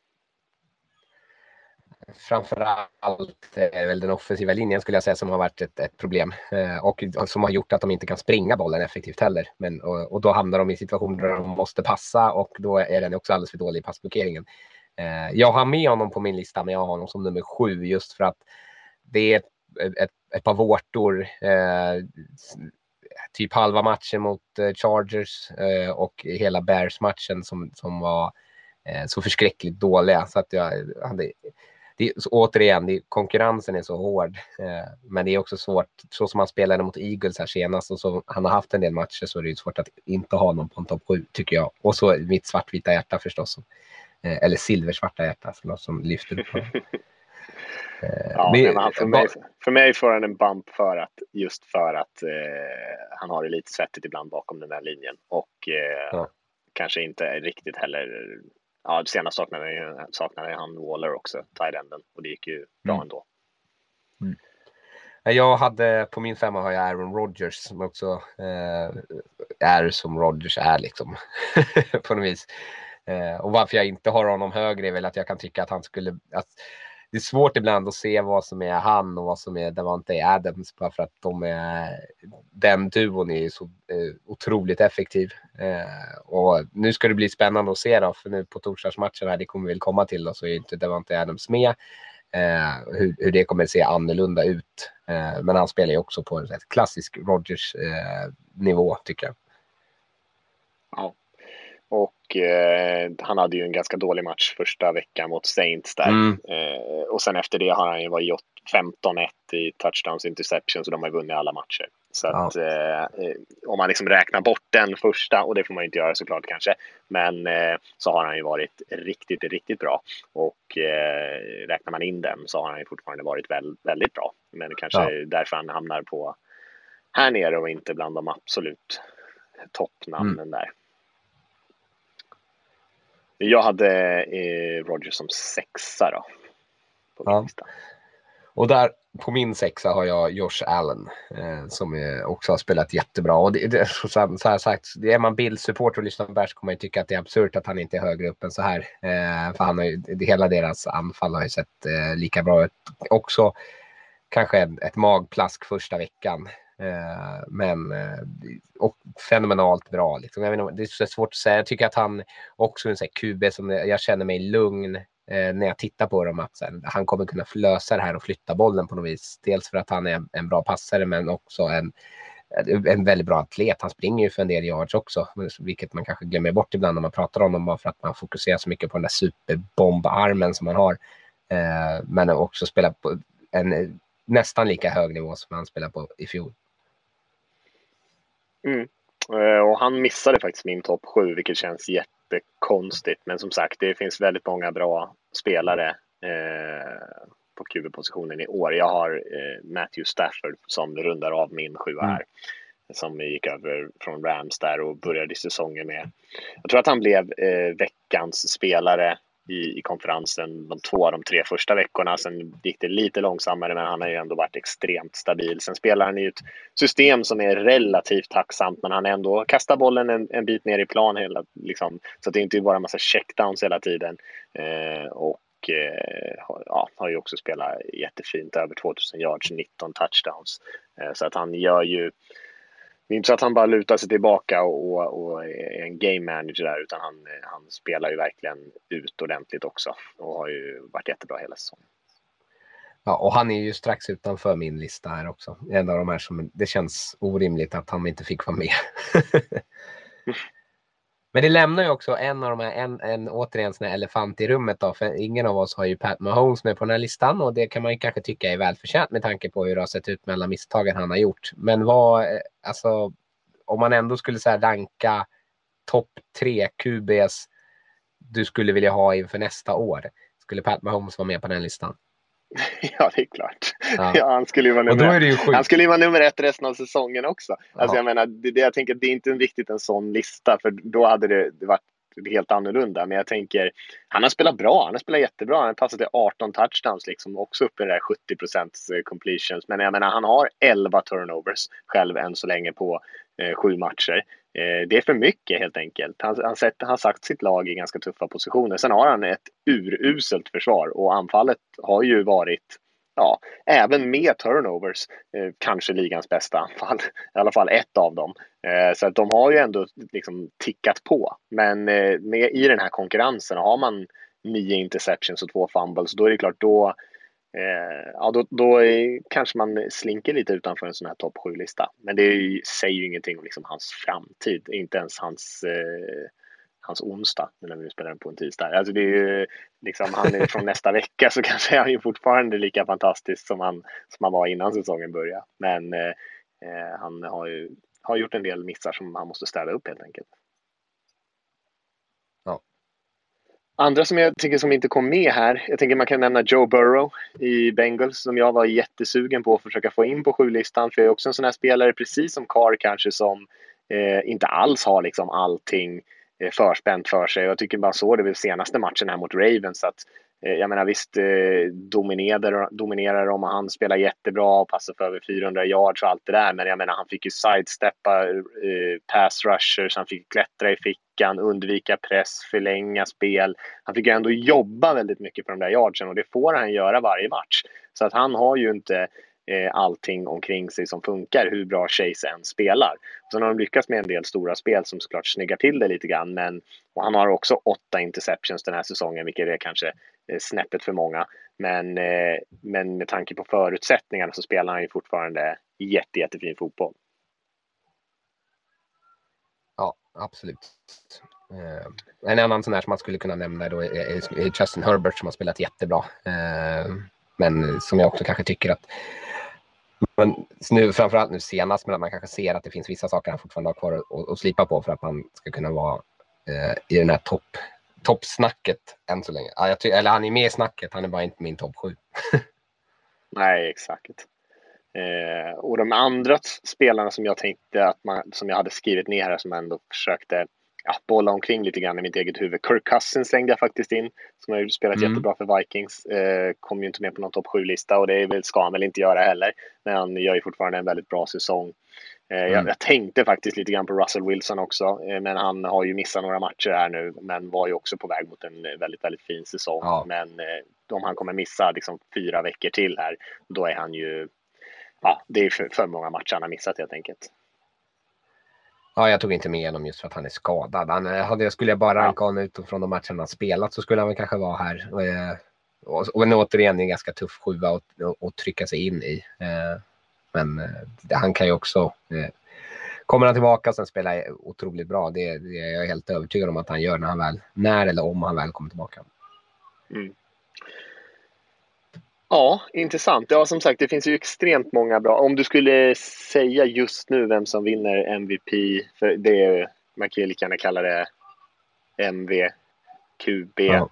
Speaker 6: Framförallt är väl den offensiva linjen, skulle jag säga, som har varit ett, ett problem eh, och som har gjort att de inte kan springa bollen effektivt heller. Men, och, och då hamnar de i situationer där de måste passa, och då är den också alldeles för dålig i passblockeringen. Eh, jag har med honom på min lista, men jag har honom som nummer sju just för att det är ett, ett, ett par vårtor, eh, typ halva matchen mot eh, Chargers eh, och hela Bears-matchen som, som var eh, så förskräckligt dåliga, så att jag hade det är, så, återigen, det, konkurrensen är så hård, eh, men det är också svårt, så som han spelade mot Eagles här senast och så han har haft en del matcher, så är det ju svårt att inte ha någon på en topp sju, tycker jag. Och så mitt svartvita hjärta förstås, eh, eller silversvarta hjärta som, som lyfter upp. eh,
Speaker 5: ja,
Speaker 6: det,
Speaker 5: men för, mig, för mig får han en bump för att, just för att eh, han har det lite svettigt ibland bakom den här linjen, och eh, ja. kanske inte riktigt heller. Ja, senast saknade, saknade han Waller också, tight enden, och det gick ju bra mm. ändå.
Speaker 6: Mm. Jag hade, på min femma har jag Aaron Rodgers, som också eh, är som Rodgers är liksom, på något vis. Eh, och varför jag inte har honom högre är väl att jag kan tycka att han skulle, att det är svårt ibland att se vad som är han och vad som är Davante Adams, bara för att de är, den duon är så eh, otroligt effektiv. Eh, och nu ska det bli spännande att se då, för nu på torsdagsmatchen här, det kommer vi väl komma till då, så är inte Davante Adams med. Eh, hur, hur det kommer att se annorlunda ut. Eh, men han spelar ju också på en rätt klassisk Rodgers eh, nivå, tycker jag.
Speaker 5: Ja. Och eh, han hade ju en ganska dålig match första veckan mot Saints där. Mm. Eh, och sen efter det har han ju varit femton ett i touchdowns, interceptions, och de har vunnit alla matcher. Så ja. att eh, om man liksom räknar bort den första, och det får man ju inte göra såklart kanske, men eh, så har han ju varit riktigt, riktigt bra. Och eh, räknar man in den så har han ju fortfarande varit väl, väldigt bra. Men kanske ja. därför han hamnar på här nere och inte bland de absolut toppnamnen mm. där. Jag hade eh, Rodgers som sexa då, på min
Speaker 6: ja.
Speaker 5: lista.
Speaker 6: Och där på min sexa har jag Josh Allen eh, som är, också har spelat jättebra. Och det, det, så, så här sagt, det är man Bills-support och lyssnar på Bärs kommer man ju tycka att det är absurt att han inte är högre upp än så här. Eh, för han har ju, det, hela deras anfall har ju sett eh, lika bra ut. Också kanske ett, ett magplask första veckan. Eh, men eh, och fenomenalt bra. Liksom. Jag vet inte, det är så svårt att säga. Jag tycker att han också är en sån här Q B som jag känner mig lugn Eh, när jag tittar på dem att så här, han kommer kunna lösa det här och flytta bollen på något vis. Dels för att han är en bra passare men också en, en väldigt bra atlet. Han springer ju för en del yards också, vilket man kanske glömmer bort ibland när man pratar om dem bara för att man fokuserar så mycket på den där superbombarmen som man har. Eh, men också spelar på en nästan lika hög nivå som han spelar på i fjol.
Speaker 5: Mm. Och han missade faktiskt min topp sju, vilket känns jättekonstigt. Men som sagt, det finns väldigt många bra spelare eh, på Q B-positionen i år. Jag har eh, Matthew Stafford som rundar av min sju här. Mm. Som gick över från Rams där och började säsongen med. Jag tror att han blev eh, veckans spelare i, i konferensen de två av de tre första veckorna. Sen gick det lite långsammare, men han har ju ändå varit extremt stabil. Sen spelar han i ett system som är relativt tacksamt, men han ändå kastar bollen en, en bit ner i plan hela, liksom, så att det inte är bara en massa checkdowns hela tiden. Eh, och eh, ja, har ju också spelat jättefint, över tvåtusen yards, nitton touchdowns. Eh, så att han gör ju, det är inte så att han bara lutar sig tillbaka och, och, och är en game manager där, utan han, han spelar ju verkligen ut ordentligt också och har ju varit jättebra hela säsongen.
Speaker 6: Ja, och han är ju strax utanför min lista här också. En av de här som, det känns orimligt att han inte fick vara med. Men det lämnar ju också en av de här, en, en återigen sån här elefant i rummet då, för ingen av oss har ju Pat Mahomes med på den här listan, och det kan man ju kanske tycka är välförtjänt med tanke på hur det har sett ut med alla misstagen han har gjort. Men vad, alltså, om man ändå skulle så här ranka topp tre Q Bs du skulle vilja ha inför nästa år, skulle Pat Mahomes vara med på den listan?
Speaker 5: Ja, det är klart. Ja. Ja, han skulle ju vara nummer ett. Han skulle ju vara nummer ett resten av säsongen också. Alltså, jag menar, det, det, jag tänker att det är inte riktigt en sån lista, för då hade det, det varit helt annorlunda. Men jag tänker, han har spelat bra, han har spelat jättebra. Han har passat till arton touchdowns, liksom, också upp i det där sjuttio procent completions. Men jag menar, han har elva turnovers själv än så länge på eh, sju matcher. Eh, det är för mycket helt enkelt. Han har han, han sagt sitt lag i ganska tuffa positioner. Sen har han ett uruselt försvar, och anfallet har ju varit, ja, även med turnovers, eh, kanske ligans bästa anfall. I alla fall ett av dem. Eh, så att de har ju ändå liksom tickat på. Men eh, med, i den här konkurrensen har man nio interceptions och två fumbles, då är det klart, då, eh, ja, då, då är, kanske man slinker lite utanför en sån här topp sju-lista. Men det är ju, säger ju ingenting om liksom hans framtid. Inte ens hans... Eh, hans onsdag, när vi spelar på en tisdag. Alltså det är ju liksom, han är från nästa vecka, så kanske är han ju fortfarande lika fantastisk som han, som han var innan säsongen började. Men eh, han har ju har gjort en del missar som han måste städa upp helt enkelt.
Speaker 6: Ja.
Speaker 5: Andra som jag tycker som inte kom med här, jag tänker man kan nämna Joe Burrow i Bengals, som jag var jättesugen på att försöka få in på sju-listan, för jag är också en sån här spelare, precis som Carr kanske, som eh, inte alls har liksom allting förspänt för sig. Jag tycker bara så det var senaste matchen här mot Ravens, att eh, jag menar visst eh, dominerar, dominerar de, och han spelar jättebra och passar för över fyrahundra yards och allt det där, men jag menar han fick ju sidesteppa eh, pass rushers, han fick klättra i fickan, undvika press, förlänga spel. Han fick ju ändå jobba väldigt mycket på de där yardsen, och det får han göra varje match. Så att han har ju inte allting omkring sig som funkar, hur bra Chase än spelar. Sen har de lyckats med en del stora spel som såklart snyggar till det lite grann, men och han har också åtta interceptions den här säsongen, vilket är kanske snäppet för många, men, men med tanke på förutsättningarna så spelar han ju fortfarande jätte, jättefin fotboll.
Speaker 6: Ja, absolut. En annan sån här som man skulle kunna nämna då är Justin Herbert, som har spelat jättebra, men som jag också kanske tycker att, men nu, framförallt nu senast, men att man kanske ser att det finns vissa saker han fortfarande har kvar att, att slipa på för att man ska kunna vara eh, i den här topp toppsnacket än så länge. Ja, jag ty- eller han är med i snacket, han är bara inte min topp sju.
Speaker 5: Nej, exakt. Eh, och de andra spelarna som jag tänkte att man, som jag hade skrivit ner här, som jag ändå försökte ja, bolla omkring lite grann i mitt eget huvud. Kirk Cousins slängde jag faktiskt in, som har ju spelat mm. jättebra för Vikings. Eh, kom ju inte med på någon topp sju-lista, och det väl, ska han väl inte göra heller. Men han gör ju fortfarande en väldigt bra säsong. Eh, mm. jag, jag tänkte faktiskt lite grann på Russell Wilson också, eh, men han har ju missat några matcher här nu, men var ju också på väg mot en väldigt, väldigt fin säsong. Ja. Men eh, om han kommer missa liksom fyra veckor till här, då är han ju, ja, det är för, för många matcher han har missat helt enkelt.
Speaker 6: Ja, jag tog inte med honom just för att han är skadad. Han, hade, skulle jag bara ranka honom utifrån de matcherna han spelat, så skulle han väl kanske vara här. Och, och, och återigen en ganska tuff sjuva att, att trycka sig in i. Men det, han kan ju också... Kommer han tillbaka och sen spela otroligt bra, det, det är jag helt övertygad om att han gör när han väl, när eller om han väl kommer tillbaka.
Speaker 5: Mm. Ja, intressant. Ja, som sagt, det finns ju extremt många bra. Om du skulle säga just nu vem som vinner M V P, för det är, man kan ju lika gärna kalla det M V Q B ja.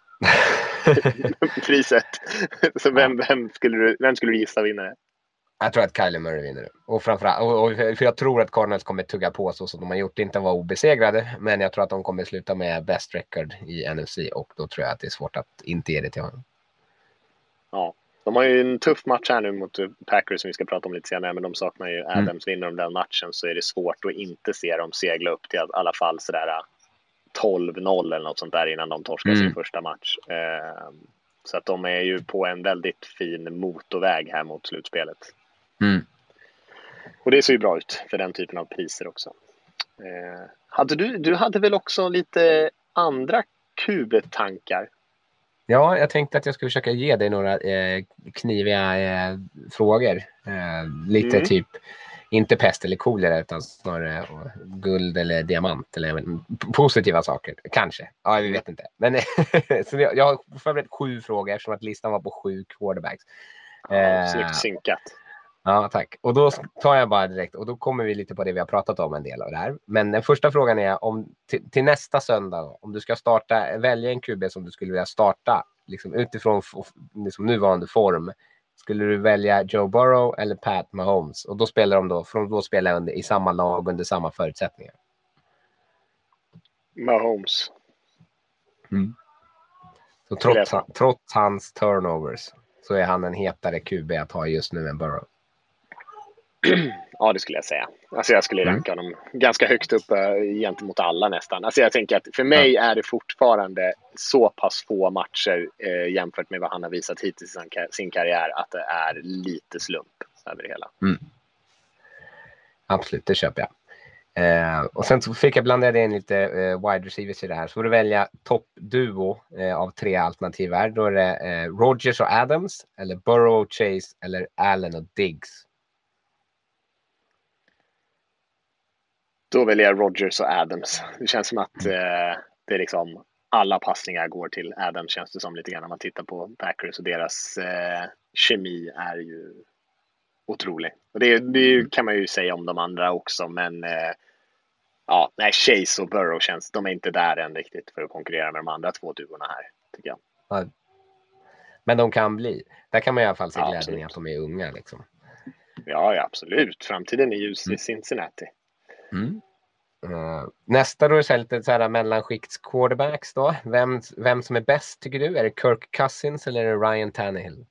Speaker 5: priset. Så vem, vem, skulle du, vem skulle du gissa vinner?
Speaker 6: Jag tror att Kyler Murray vinner det. Och framförallt, och, och, för jag tror att Cardinals kommer tugga på så som de har gjort. Inte vara obesegrade, men jag tror att de kommer sluta med best record i N F C, och då tror jag att det är svårt att inte ge det till honom.
Speaker 5: Ja, de har ju en tuff match här nu mot Packers som vi ska prata om lite senare, men de saknar ju mm. Adams. Vinner de den matchen så är det svårt att inte se dem segla upp till i alla fall sådär tolv noll eller något sånt där innan de torskar mm. sin första match. Eh, så att de är ju på en väldigt fin motorväg här mot slutspelet.
Speaker 6: Mm.
Speaker 5: Och det ser ju bra ut för den typen av priser också. Eh, hade du, du hade väl också lite andra Q B-tankar?
Speaker 6: Ja, jag tänkte att jag skulle försöka ge dig några eh, kniviga eh, frågor. Eh, lite mm. typ, inte pest eller kolera, utan snarare eh, guld eller diamant. Eller eh, positiva saker, kanske. Ja, vi vet inte. Men så jag, jag har förberett sju frågor eftersom att listan var på sju quarterbacks.
Speaker 5: Ja, eh, snyggt synkat.
Speaker 6: Ja, tack. Och då tar jag bara direkt, och då kommer vi lite på det vi har pratat om en del av det här. Men den första frågan är, om till, till nästa söndag, om du ska starta, välja en Q B som du skulle vilja starta liksom utifrån liksom nuvarande form, skulle du välja Joe Burrow eller Pat Mahomes? Och då spelar de då, från då spelar under, i samma lag under samma förutsättningar.
Speaker 5: Mahomes.
Speaker 6: Mm. Så trots, trots hans turnovers så är han en hetare Q B att ha just nu än Burrow.
Speaker 5: Ja, det skulle jag säga. Alltså jag skulle ranka mm. dem ganska högt upp uh, gentemot alla nästan. Alltså jag tänker att för mig är det fortfarande så pass få matcher uh, jämfört med vad han har visat hittills i sin, kar- sin karriär att det är lite slump över det hela.
Speaker 6: Mm. Absolut, det köper jag. Uh, och sen så fick jag blanda in lite uh, wide receivers i det här. Så får du välja toppduo uh, av tre alternativ här. Då är det uh, Rodgers och Adams, eller Burrow, Chase, eller Allen och Diggs.
Speaker 5: Då väljer jag Rodgers och Adams. Det känns som att eh, det är liksom alla passningar går till Adams, känns det som lite grann när man tittar på Packers, och deras eh, kemi är ju otrolig. Och det, det kan man ju säga om de andra också, men eh, ja, nej, Chase och Burrow känns, de är inte där än riktigt för att konkurrera med de andra två duorna här, tycker jag.
Speaker 6: Ja. Men de kan bli. Där kan man i alla fall se
Speaker 5: ja,
Speaker 6: glädjen i att de är unga liksom.
Speaker 5: Ja, ja, absolut. Framtiden är ljus i Cincinnati.
Speaker 6: Mm. Uh, nästa då är så lite så här mellanskikts quarterbacks då. Vem, vem som är bäst tycker du? Är det Kirk Cousins eller är det Ryan Tannehill?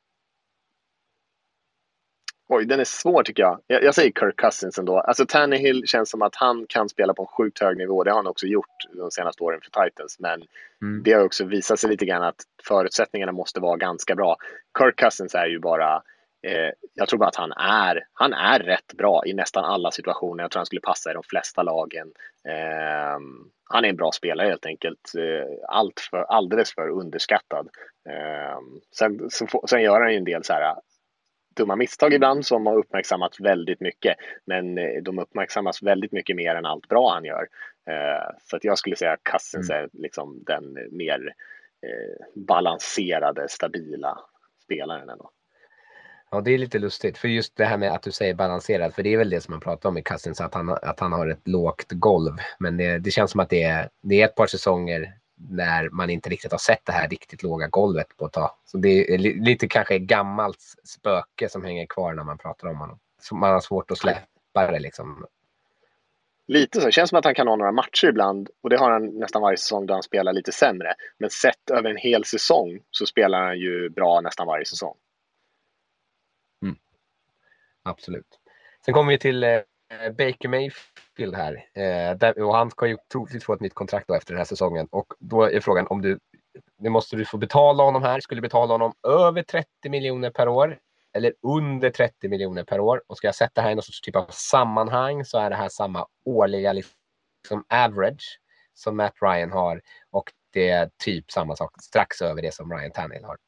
Speaker 5: Oj, den är svår tycker jag. jag. Jag säger Kirk Cousins ändå. Alltså Tannehill känns som att han kan spela på en sjukt hög nivå. Det har han också gjort de senaste åren för Titans. Men mm. det har också visat sig lite grann att förutsättningarna måste vara ganska bra. Kirk Cousins är ju bara... Eh, jag tror bara att han är han är rätt bra i nästan alla situationer. Jag tror han skulle passa i de flesta lagen. Eh, han är en bra spelare helt enkelt. Eh, allt för, alldeles för underskattad. Eh, sen, så, sen gör han ju en del så här dumma misstag ibland som har uppmärksammats väldigt mycket. Men eh, de uppmärksammas väldigt mycket mer än allt bra han gör. Eh, så att jag skulle säga att Cousins mm. är liksom den mer eh, balanserade, stabila spelaren ändå.
Speaker 6: Ja, det är lite lustigt. För just det här med att du säger balanserad. För det är väl det som man pratar om i Cousins. Att han, att han har ett lågt golv. Men det, det känns som att det är, det är ett par säsonger när man inte riktigt har sett det här riktigt låga golvet på ett tag. Så det är lite kanske gammalt spöke som hänger kvar när man pratar om honom. Så man har svårt att släppa det liksom.
Speaker 5: lite så. Det känns som att han kan ha några matcher ibland, och det har han nästan varje säsong där han spelar lite sämre. Men sett över en hel säsong så spelar han ju bra nästan varje säsong.
Speaker 6: Mm. Absolut. Sen kommer vi till eh, Baker Mayfield här. Eh, där, och han ska ju troligtvis få ett nytt kontrakt då efter den här säsongen. Och då är frågan om du, nu måste du få betala honom här. Skulle betala honom över trettio miljoner per år eller under trettio miljoner per år. Och ska jag sätta här i någon sorts typ av sammanhang så är det här samma årliga liksom average som Matt Ryan har. Och det är typ samma sak, strax över det som Ryan Tannehill har.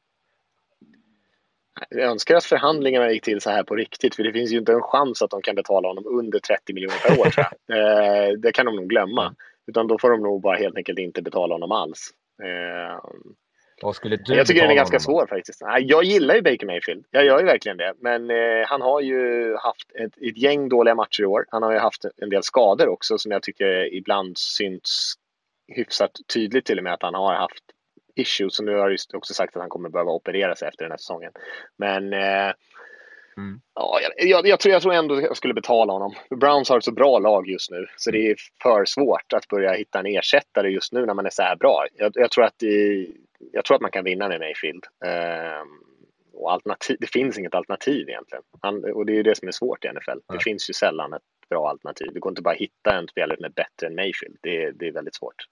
Speaker 5: Jag önskar att förhandlingarna gick till så här på riktigt, för det finns ju inte en chans att de kan betala honom under trettio miljoner per år, tror jag. Eh, det kan de nog glömma. Utan då får de nog bara helt enkelt inte betala honom alls. Eh,
Speaker 6: Och skulle du
Speaker 5: jag tycker den är ganska
Speaker 6: honom?
Speaker 5: svår faktiskt. Jag gillar ju Baker Mayfield. Jag gör ju verkligen det. Men eh, han har ju haft ett, ett gäng dåliga matcher i år. Han har ju haft en del skador också som jag tycker ibland syns hyfsat tydligt, till och med att han har haft issues. Så nu har jag just också sagt att han kommer behöva operera sig efter den här säsongen. Men eh, mm. ja, jag, jag, jag, tror, jag tror ändå jag skulle betala honom. Browns har ett så bra lag just nu, så det är för svårt att börja hitta en ersättare just nu när man är så här bra. Jag, jag, tror, att det, jag tror att man kan vinna med Mayfield. Eh, och alternativ, det finns inget alternativ egentligen. Han, och det är ju det som är svårt i N F L. Det mm. finns ju sällan ett bra alternativ. Det går inte bara att hitta en spelare som är bättre än Mayfield. Det, det är väldigt svårt.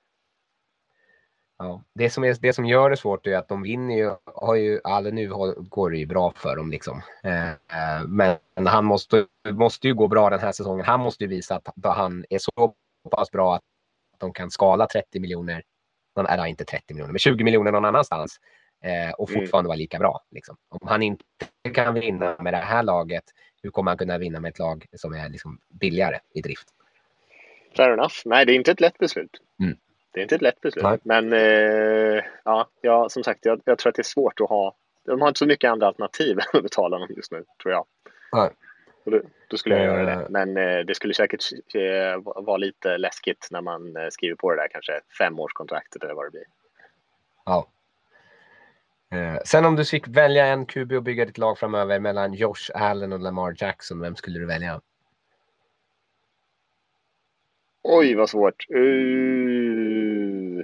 Speaker 6: Ja, det som är det som gör det svårt är att de vinner ju, har ju alla nu har, går det ju bra för dem liksom. Eh, eh, men han måste måste ju gå bra den här säsongen. Han måste ju visa att han är så pass bra att de kan skala trettio miljoner, eller inte trettio miljoner, men tjugo miljoner någon annanstans eh, och fortfarande mm. vara lika bra liksom. Om han inte kan vinna med det här laget, hur kommer han kunna vinna med ett lag som är liksom billigare i drift?
Speaker 5: Fair enough. Nej, det är inte ett lätt beslut.
Speaker 6: Mm.
Speaker 5: Det är inte ett lätt beslut. Nej. Men eh, ja, ja, som sagt, jag, jag tror att det är svårt att ha. De har inte så mycket andra alternativ än att betala dem just nu, tror jag.
Speaker 6: Nej.
Speaker 5: Och då, då skulle jag göra det. Men eh, det skulle säkert eh, vara lite läskigt när man eh, skriver på det där kanske femårskontraktet eller vad det blir.
Speaker 6: Ja. Eh, sen om du fick välja en Q B och bygga ditt lag framöver mellan Josh Allen och Lamar Jackson, vem skulle du välja?
Speaker 5: Oj, vad svårt. Uh,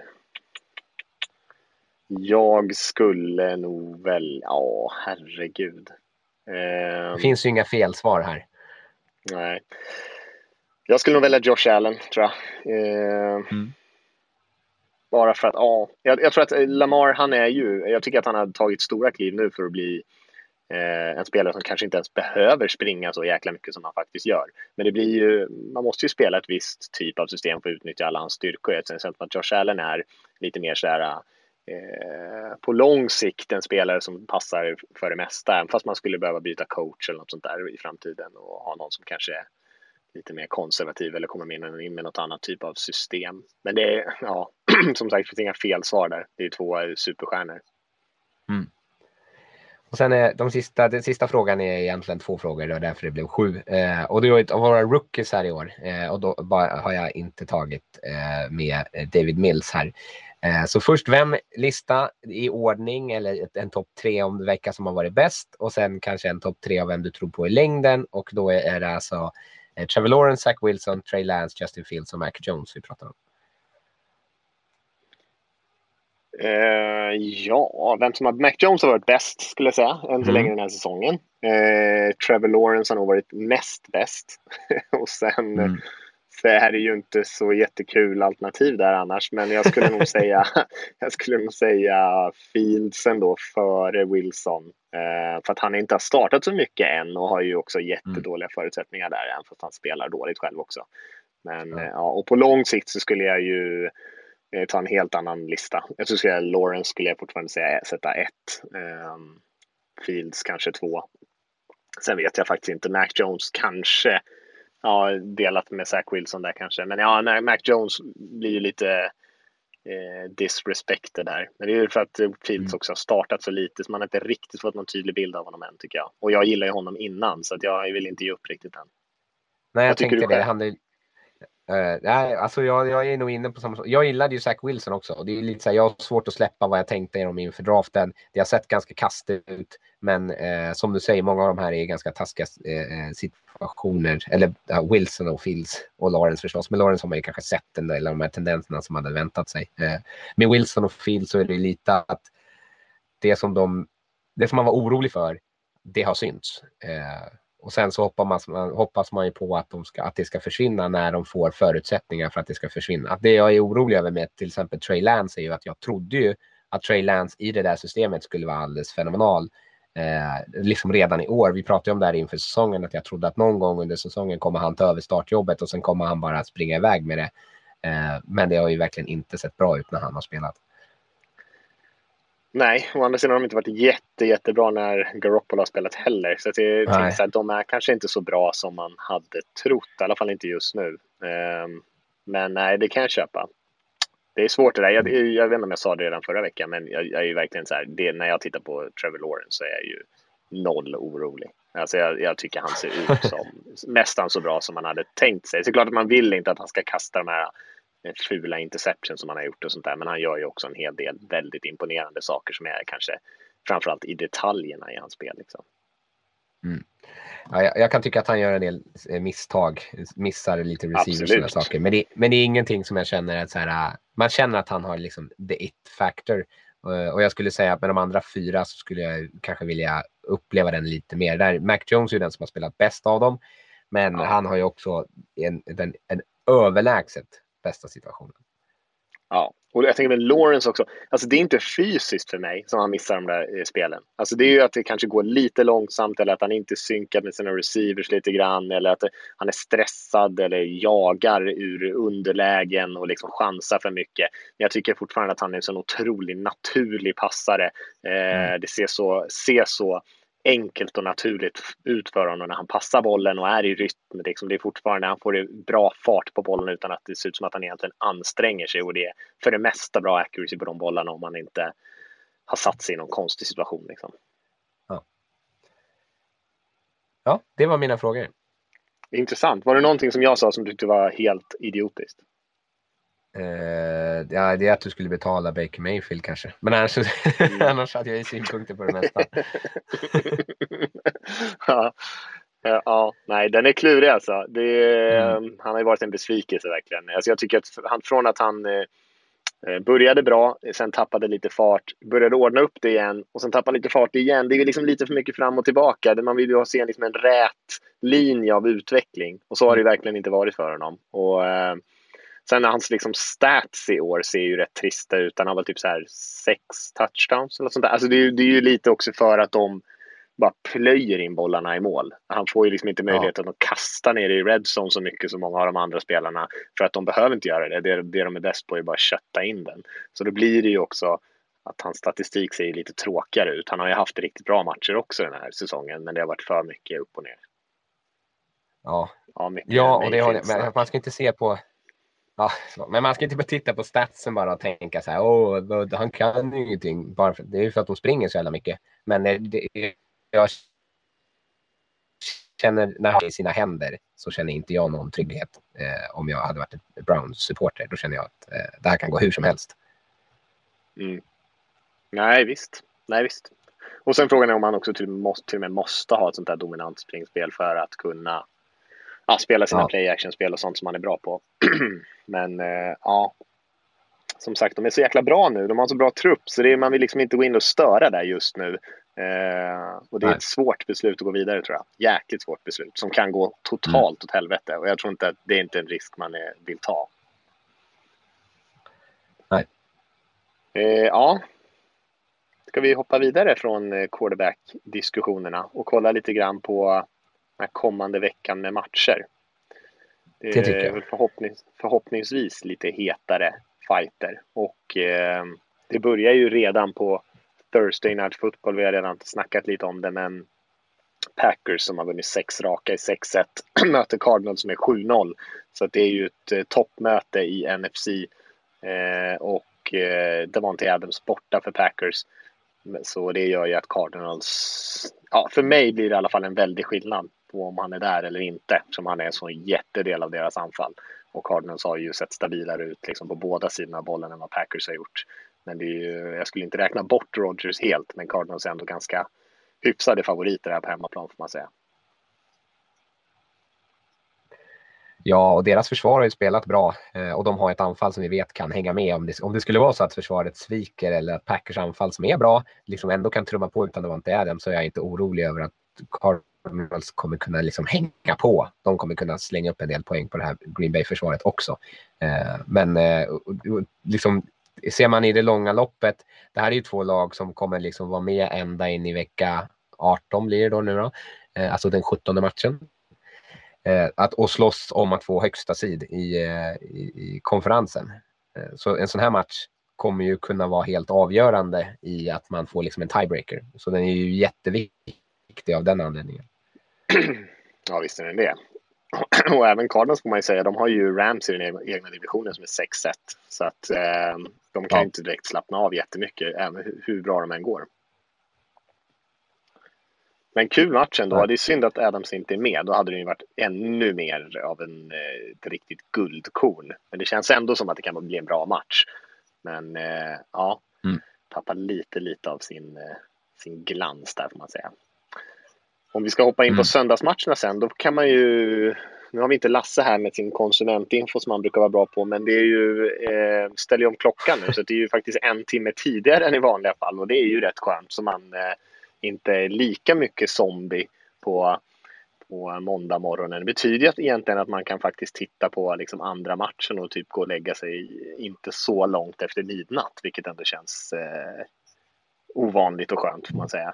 Speaker 5: jag skulle nog väl... Ja, herregud. Uh,
Speaker 6: det finns ju inga fel svar här.
Speaker 5: Nej. Jag skulle nog välja Josh Allen, tror jag. Uh, mm. Bara för att... Ja, jag, jag tror att Lamar, han är ju... Jag tycker att han har tagit stora kliv nu för att bli... Eh, en spelare som kanske inte ens behöver springa så jäkla mycket som han faktiskt gör. Men det blir ju, man måste ju spela ett visst typ av system för att utnyttja alla hans styrkor. Sen så att Josh Allen är lite mer så här, eh, på lång sikt en spelare som passar för det mesta, även fast man skulle behöva byta coach eller något sånt där i framtiden och ha någon som kanske är lite mer konservativ eller kommer in, in med något annat typ av system. Men det är, ja, som sagt, det finns inga fel svar där. Det är två superstjärnor.
Speaker 6: Mm. Och sen är de sista, den sista frågan är egentligen två frågor, och därför det blev sju. Eh, och det är av våra rookies här i år. Eh, och då bara, har jag inte tagit eh, med David Mills här. Eh, så först, vem lista i ordning eller ett, en topp tre om det vecka som har varit bäst. Och sen kanske en topp tre av vem du tror på i längden. Och då är det alltså eh, Trevor Lawrence, Zach Wilson, Trey Lance, Justin Fields och Mac Jones vi pratar om.
Speaker 5: Uh, ja, vem som har... Mac Jones har varit bäst, skulle jag säga, än så mm. länge den här säsongen. Uh, Trevor Lawrence har nog varit näst bäst. Och sen mm. så är det ju inte så jättekul alternativ där annars. Men jag skulle nog säga jag skulle nog säga Fields ändå före Wilson. Uh, för att han inte har startat så mycket än och har ju också jättedåliga mm. förutsättningar där, även för att han spelar dåligt själv också. Men mm. uh, ja, och på lång sikt så skulle jag ju ta en helt annan lista. Jag tror att Lawrence skulle jag fortfarande säga sätta ett. Um, Fields kanske två. Sen vet jag faktiskt inte. Mac Jones kanske ja, delat med Zach Wilson där kanske. Men ja, nej, Mac Jones blir ju lite eh, disrespected där. Men det är ju för att Fields också har startat så lite så man har inte riktigt fått någon tydlig bild av honom än, tycker jag. Och jag gillar ju honom innan, så att jag vill inte ge upp riktigt än.
Speaker 6: Nej, jag tänkte det. Han är... Uh, nej, alltså jag, jag är nog inne på samma sak. Jag gillade ju Zach Wilson också. Och det är lite så här, jag har svårt att släppa vad jag tänkte om inför draften. Det har sett ganska kastigt ut. Men uh, som du säger, många av de här är ganska taskiga uh, situationer. Eller uh, Wilson och Fields och Lawrence förstås. Men Lawrence har man ju kanske sett den där, eller de här tendenserna som man hade väntat sig. Uh, med Wilson och Fields så är det lite att det som, de, det som man var orolig för, det har synts. Uh, Och sen så hoppas man, hoppas man ju på att, de ska, att det ska försvinna när de får förutsättningar för att det ska försvinna. Att det jag är orolig över med till exempel Trey Lance är ju att jag trodde ju att Trey Lance i det där systemet skulle vara alldeles fenomenal. Eh, liksom redan i år. Vi pratade om det här inför säsongen att jag trodde att någon gång under säsongen kommer han ta över startjobbet och sen kommer han bara springa iväg med det. Eh, men det har ju verkligen inte sett bra ut när han har spelat.
Speaker 5: Nej, å andra sidan har de inte varit jätte, jättebra när Garoppolo har spelat heller. Så att jag tänkte så här, de är kanske inte så bra som man hade trott. I alla fall inte just nu. Um, men nej, det kan jag köpa. Det är svårt det där. Jag, jag vet inte om jag sa det redan förra veckan. Men jag, jag är ju verkligen så här. Det, när jag tittar på Trevor Lawrence så är jag ju noll orolig. Alltså jag, jag tycker han ser ut som nästan så bra som man hade tänkt sig. Så det är klart att man vill inte att han ska kasta de här fula interception som han har gjort och sånt där, men han gör ju också en hel del väldigt imponerande saker som är kanske framförallt i detaljerna i hans spel liksom.
Speaker 6: Mm. Ja, jag, jag kan tycka att han gör en del misstag, missar lite receivers och sådana saker, men det, men det är ingenting som jag känner att så här, man känner att han har liksom the it factor, och jag skulle säga att med de andra fyra så skulle jag kanske vilja uppleva den lite mer. Där Mac Jones är den som har spelat bäst av dem, men ja. Han har ju också en, en, en överlägset bästa situationen.
Speaker 5: Ja, och jag tänker med Lawrence också. Alltså det är inte fysiskt för mig som han missar de där spelen. Alltså det är ju att det kanske går lite långsamt eller att han inte synkar med sina receivers lite grann eller att han är stressad eller jagar ur underlägen och liksom chansar för mycket. Men jag tycker fortfarande att han är en sån otrolig naturlig passare. Eh, mm. Det ser så, ser så enkelt och naturligt ut för honom när han passar bollen och är i rytm. Liksom det är fortfarande, han får bra fart på bollen utan att det ser ut som att han egentligen anstränger sig, och det är för det mesta bra accuracy på de bollarna om man inte har satt sig i någon konstig situation. Liksom.
Speaker 6: Ja. Ja, det var mina frågor.
Speaker 5: Intressant. Var det någonting som jag sa som du tyckte var helt idiotiskt?
Speaker 6: Uh, ja, det är att du skulle betala Baker Mayfield kanske. Men annars, mm. annars hade jag ju synpunkter på det mesta.
Speaker 5: ja. ja, nej, den är klurig alltså. Det är, mm. Han har ju varit en besvikelse verkligen. Alltså jag tycker att han, från att han eh, började bra, sen tappade lite fart, började ordna upp det igen och sen tappade lite fart igen. Det är liksom lite för mycket fram och tillbaka. Man vill ju se liksom en rät linje av utveckling, och så har det verkligen inte varit för honom. Och eh, sen när hans liksom stats i år ser ju rätt trista ut. Han har väl typ så här sex touchdowns eller sånt där. Alltså det är, ju, det är ju lite också för att de bara plöjer in bollarna i mål. Han får ju liksom inte möjligheten ja. att kasta ner i red zone så mycket som många av de andra spelarna. För att de behöver inte göra det. Det, det de är bäst på är bara att kötta in den. Så då blir det ju också att hans statistik ser lite tråkigare ut. Han har ju haft riktigt bra matcher också den här säsongen. Men det har varit för mycket upp och ner.
Speaker 6: Ja,
Speaker 5: ja,
Speaker 6: ja och det har, men man ska inte se på... Ja, men man ska inte bara titta på statsen bara och tänka så här, åh, han kan ju ingenting. Bara för, det är ju för att de springer så jävla mycket. Men det, det, jag känner, när han är i sina händer så känner inte jag någon trygghet. Eh, om jag hade varit ett Browns-supporter, då känner jag att eh, det här kan gå hur som helst.
Speaker 5: Mm. Nej, visst. Nej, visst. Och sen frågan är om han också till, måste, till och med måste ha ett sånt där dominant springspel för att kunna ja, spela sina ja. play-action-spel och sånt som han är bra på. Men eh, ja, som sagt, de är så jäkla bra nu. De har så bra trupp, så det är, man vill liksom inte gå in och störa där just nu. Eh, och det är Nej. ett svårt beslut att gå vidare, tror jag. Jäkligt svårt beslut som kan gå totalt mm. åt helvete. Och jag tror inte att det är inte en risk man är, vill ta.
Speaker 6: Nej.
Speaker 5: Eh, ja. Ska vi hoppa vidare från quarterback-diskussionerna och kolla lite grann på den kommande veckan med matcher. Det, det är väl förhoppnings, förhoppningsvis lite hetare fighter. Och eh, det börjar ju redan på Thursday Night Football. Vi har redan snackat lite om det, men Packers som har vunnit sex raka i sex ett möter Cardinals som är sju noll. Så att det är ju ett eh, toppmöte i N F C. Eh, och eh, Davante Adams borta för Packers. Så det gör ju att Cardinals, ja, för mig blir det i alla fall en väldig skillnad på om han är där eller inte, som han är en sån jättedel av deras anfall. och Cardinals har ju sett stabilare ut liksom på båda sidorna av bollen än vad Packers har gjort. Men det är ju, jag skulle inte räkna bort Rodgers helt, men Cardinals är ändå ganska hyfsade favoriter här på hemmaplan får man säga.
Speaker 6: Ja, och deras försvar har ju spelat bra och de har ett anfall som vi vet kan hänga med. Om det, om det skulle vara så att försvaret sviker eller att Packers anfall som är bra liksom ändå kan trumma på utan det var inte är dem, så är jag inte orolig över att Cardinals kommer kunna liksom hänga på. De kommer kunna slänga upp en del poäng på det här Green Bay-försvaret också. Men liksom, ser man i det långa loppet, det här är ju två lag som kommer liksom vara med ända in i vecka arton blir det då nu då. Alltså den sjuttonde matchen. Att, och slåss om att få högsta sid i, i, i konferensen. Så en sån här match kommer ju kunna vara helt avgörande i att man får liksom en tiebreaker. Så den är ju jätteviktig av den anledningen.
Speaker 5: Ja, visst är den det. Och även Cardinals får man ju säga, de har ju Rams i den egna divisionen som är sex ett. Så att eh, de kan ja. inte direkt slappna av jättemycket, även hur, hur bra de än går. Men kul match ändå. Ja. Det är synd att Adams inte är med. Då hade det ju varit ännu mer av en ett riktigt guldkorn. Men det känns ändå som att det kan bli en bra match. Men eh, ja, mm. tappar lite, lite av sin, eh, sin glans där får man säga. Om vi ska hoppa in mm. på söndagsmatcherna sen, då kan man ju... Nu har vi inte Lasse här med sin konsumentinfo som man brukar vara bra på, men det är ju eh, ställer om klockan nu, så det är ju faktiskt en timme tidigare än i vanliga fall, och det är ju rätt skönt, så man eh, inte är lika mycket zombie på, på måndag morgonen. Det betyder att egentligen att man kan faktiskt titta på liksom andra matchen och typ gå och lägga sig inte så långt efter midnatt, vilket ändå känns eh, ovanligt och skönt får man säga.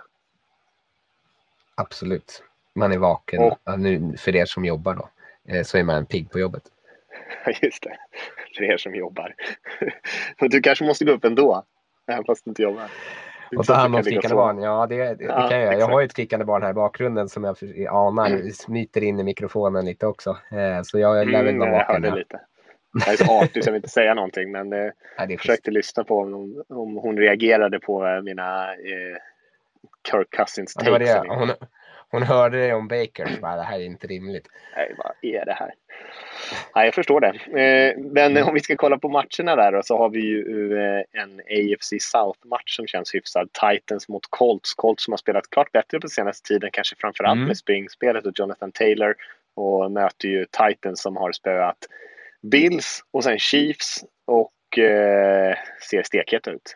Speaker 6: Absolut. Man är vaken. Och, ja, nu, för er som jobbar då, eh, så är man pigg på jobbet.
Speaker 5: Just det. För er som jobbar. Du kanske måste gå upp ändå, även fast du inte jobbar. Du
Speaker 6: och ta hand om skrikande barn. Ja, det, det, det ja, kan jag. Exakt. Jag har ju ett skrikande barn här i bakgrunden som jag anar mm. smiter in i mikrofonen lite också. Eh, så jag lär väl vara
Speaker 5: mm,
Speaker 6: vaken.
Speaker 5: Jag hörde lite. Jag är så artig så jag vill inte säga någonting, men eh, jag försökte lyssna på om, om hon reagerade på mina eh, Kirk Cousins takes.
Speaker 6: Ja, det det. Hon, hon hörde det om Baker. Bara, det här är inte rimligt.
Speaker 5: Nej, vad är det här? Nej, jag förstår det. Eh, men mm. om vi ska kolla på matcherna där då, så har vi ju eh, en A F C South-match som känns hyfsad. Titans mot Colts. Colts som har spelat klart bättre på senaste tiden, kanske framförallt mm. med springspelet och Jonathan Taylor. Och möter ju Titans som har spöat Bills och sen Chiefs och eh, ser stekheta ut.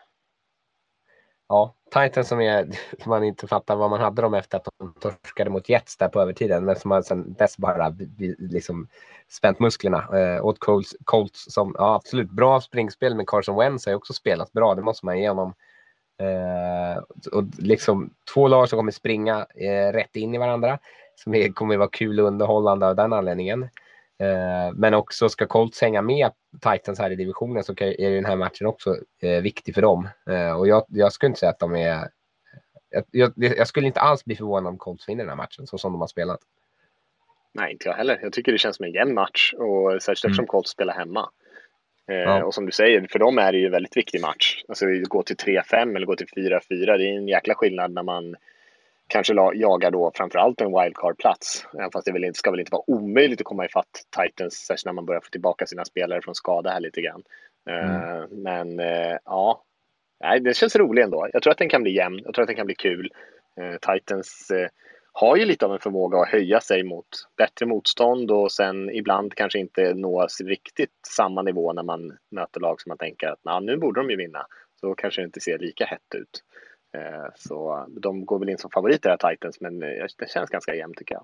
Speaker 6: Ja, Titans som är, man inte fattar vad man hade dem efter att de torskade mot Jets där på övertiden, men som man sen dess bara liksom spänt musklerna eh, åt Colts, Colts som, ja absolut, bra springspel, men Carson Wentz har ju också spelat bra, det måste man ge honom. Eh, och liksom två lag som kommer springa eh, rätt in i varandra, som är, kommer vara kul och underhållande av den anledningen. Eh, men också ska Colts hänga med Titans här i divisionen, så är den här matchen också eh, viktig för dem. Eh, och jag, jag skulle inte säga att de är... Jag, jag, jag skulle inte alls bli förvånad om Colts vinner den här matchen, så som de har spelat.
Speaker 5: Nej, inte jag heller. Jag tycker det känns som en jämn match, och särskilt eftersom mm. Colts spelar hemma. Eh, ja. Och som du säger, för dem är det ju en väldigt viktig match. Alltså gå till tre fem eller gå till fyra fyra, det är en jäkla skillnad när man kanske jagar då framförallt en wildcard-plats. Även fast det väl inte, ska väl inte vara omöjligt att komma i fatt Titans, särskilt när man börjar få tillbaka sina spelare från skada här lite grann. Mm. Uh, men uh, ja, nej, det känns roligt ändå. Jag tror att den kan bli jämn. Jag tror att den kan bli kul. Uh, Titans uh, har ju lite av en förmåga att höja sig mot bättre motstånd, och sen ibland kanske inte nå riktigt samma nivå när man möter lag som man tänker att nah, nu borde de ju vinna. Så kanske det inte ser lika hett ut. Så de går väl in som favoriter här, Titans, men det känns ganska jämnt tycker jag.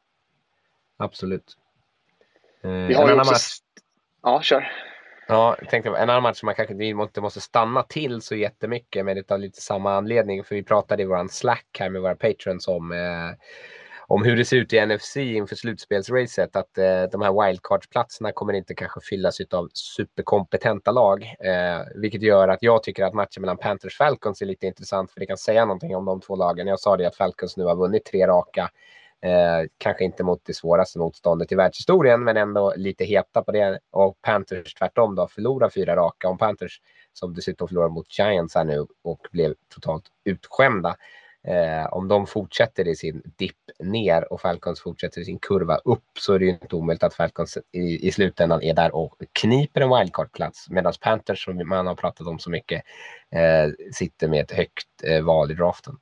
Speaker 6: Absolut.
Speaker 5: Vi har en annan match. Ja, kör.
Speaker 6: Ja, jag tänkte en annan match som man kanske inte måste stanna till så jättemycket, men det är lite samma anledning, för vi pratade i våran Slack här med våra patrons om eh, om hur det ser ut i N F C inför slutspelsracet, att eh, de här wildcard-platserna kommer inte kanske fyllas av superkompetenta lag, eh, vilket gör att jag tycker att matchen mellan Panthers och Falcons är lite intressant, för det kan säga någonting om de två lagen. Jag sa det att Falcons nu har vunnit tre raka, eh, kanske inte mot det svåraste motståndet i världshistorien, men ändå lite heta på det, och Panthers tvärtom då förlorar fyra raka, om Panthers som dessutom förlorar mot Giants här nu och blev totalt utskämda. Eh, om de fortsätter i sin dipp ner och Falcons fortsätter i sin kurva upp, så är det ju inte omöjligt att Falcons i, i slutändan är där och kniper en wildcard-plats, medan Panthers, som man har pratat om så mycket, eh, sitter med ett högt eh, val i draften.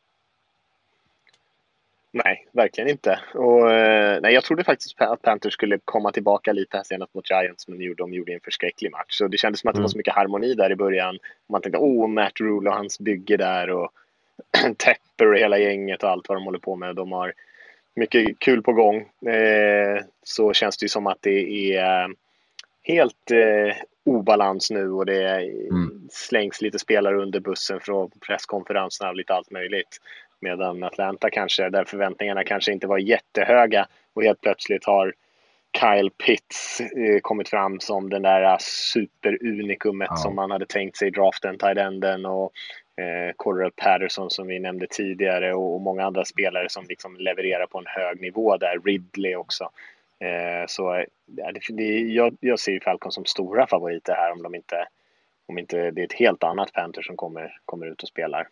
Speaker 5: Nej, verkligen inte. Och, eh, nej, jag trodde faktiskt att Panthers skulle komma tillbaka lite här senast mot Giants, men de gjorde en förskräcklig match. Så det kändes som att det var så mycket harmoni där i början. Man tänkte, åh, Matt Rule och hans bygge där och Tepper och hela gänget och allt vad de håller på med. De har mycket kul på gång. Eh, så känns det ju som att det är helt eh, obalans nu och det mm. slängs lite spelare under bussen från presskonferenserna och lite allt möjligt. Medan Atlanta kanske, där förväntningarna kanske inte var jättehöga och helt plötsligt har Kyle Pitts eh, kommit fram som den där superunikumet ja. som man hade tänkt sig i draften, tight enden, och eh, Cordell Patterson som vi nämnde tidigare, och, och många andra spelare som liksom levererar på en hög nivå där, Ridley också. Eh, så ja, det, det, jag, jag ser ju Falcon som stora favoriter här om de inte, om inte det är ett helt annat Panthers som kommer, kommer ut och spelar.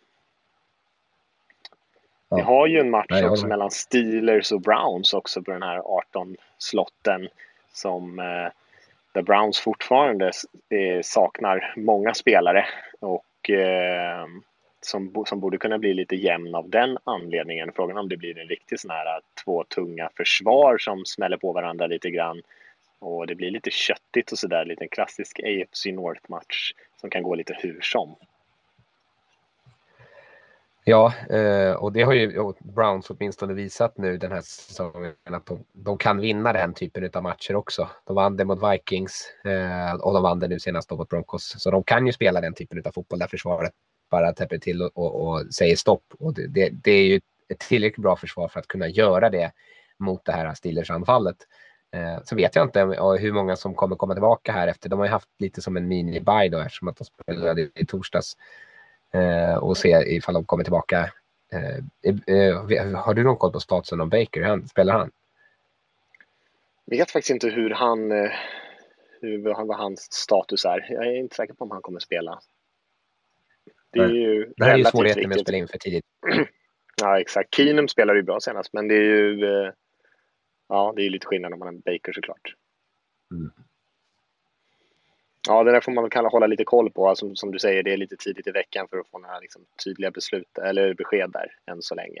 Speaker 5: Vi har ju en match Nej, också mellan Steelers och Browns också på den här arton-slotten som eh, där Browns fortfarande eh, saknar många spelare och eh, som, som borde kunna bli lite jämn av den anledningen. Frågan om det blir en riktigt sån här två tunga försvar som smäller på varandra lite grann och det blir lite köttigt och sådär, lite en klassisk A F C North-match som kan gå lite hur som.
Speaker 6: Ja, och det har ju Browns åtminstone visat nu den här säsongen att de, de kan vinna den typen av matcher också. De vann det mot Vikings och de vann det nu senast mot Broncos. Så de kan ju spela den typen av fotboll där försvaret bara täpper till och, och, och säger stopp. Och det, det, det är ju ett tillräckligt bra försvar för att kunna göra det mot det här Steelers-anfallet. Så vet jag inte hur många som kommer komma tillbaka här efter. De har ju haft lite som en mini-bye då eftersom att de spelade i torsdags. Uh, och se ifall de kommer tillbaka. Uh, uh, har du någon koll på statusen om Baker? Hur han, spelar han?
Speaker 5: Jag vet faktiskt inte hur han uh, hur, vad hans status är. Jag är inte säker på om han kommer spela. Det är ju
Speaker 6: det här är ju svårigheten med att spela in för tidigt.
Speaker 5: Ja, exakt. Keenum spelar ju bra senast, men det är ju uh, ja, det är ju lite skillnad om man är Baker såklart. Mm. Ja, det där får man väl hålla lite koll på. Alltså, som du säger, det är lite tidigt i veckan för att få några liksom, tydliga beslut eller besked där än så länge.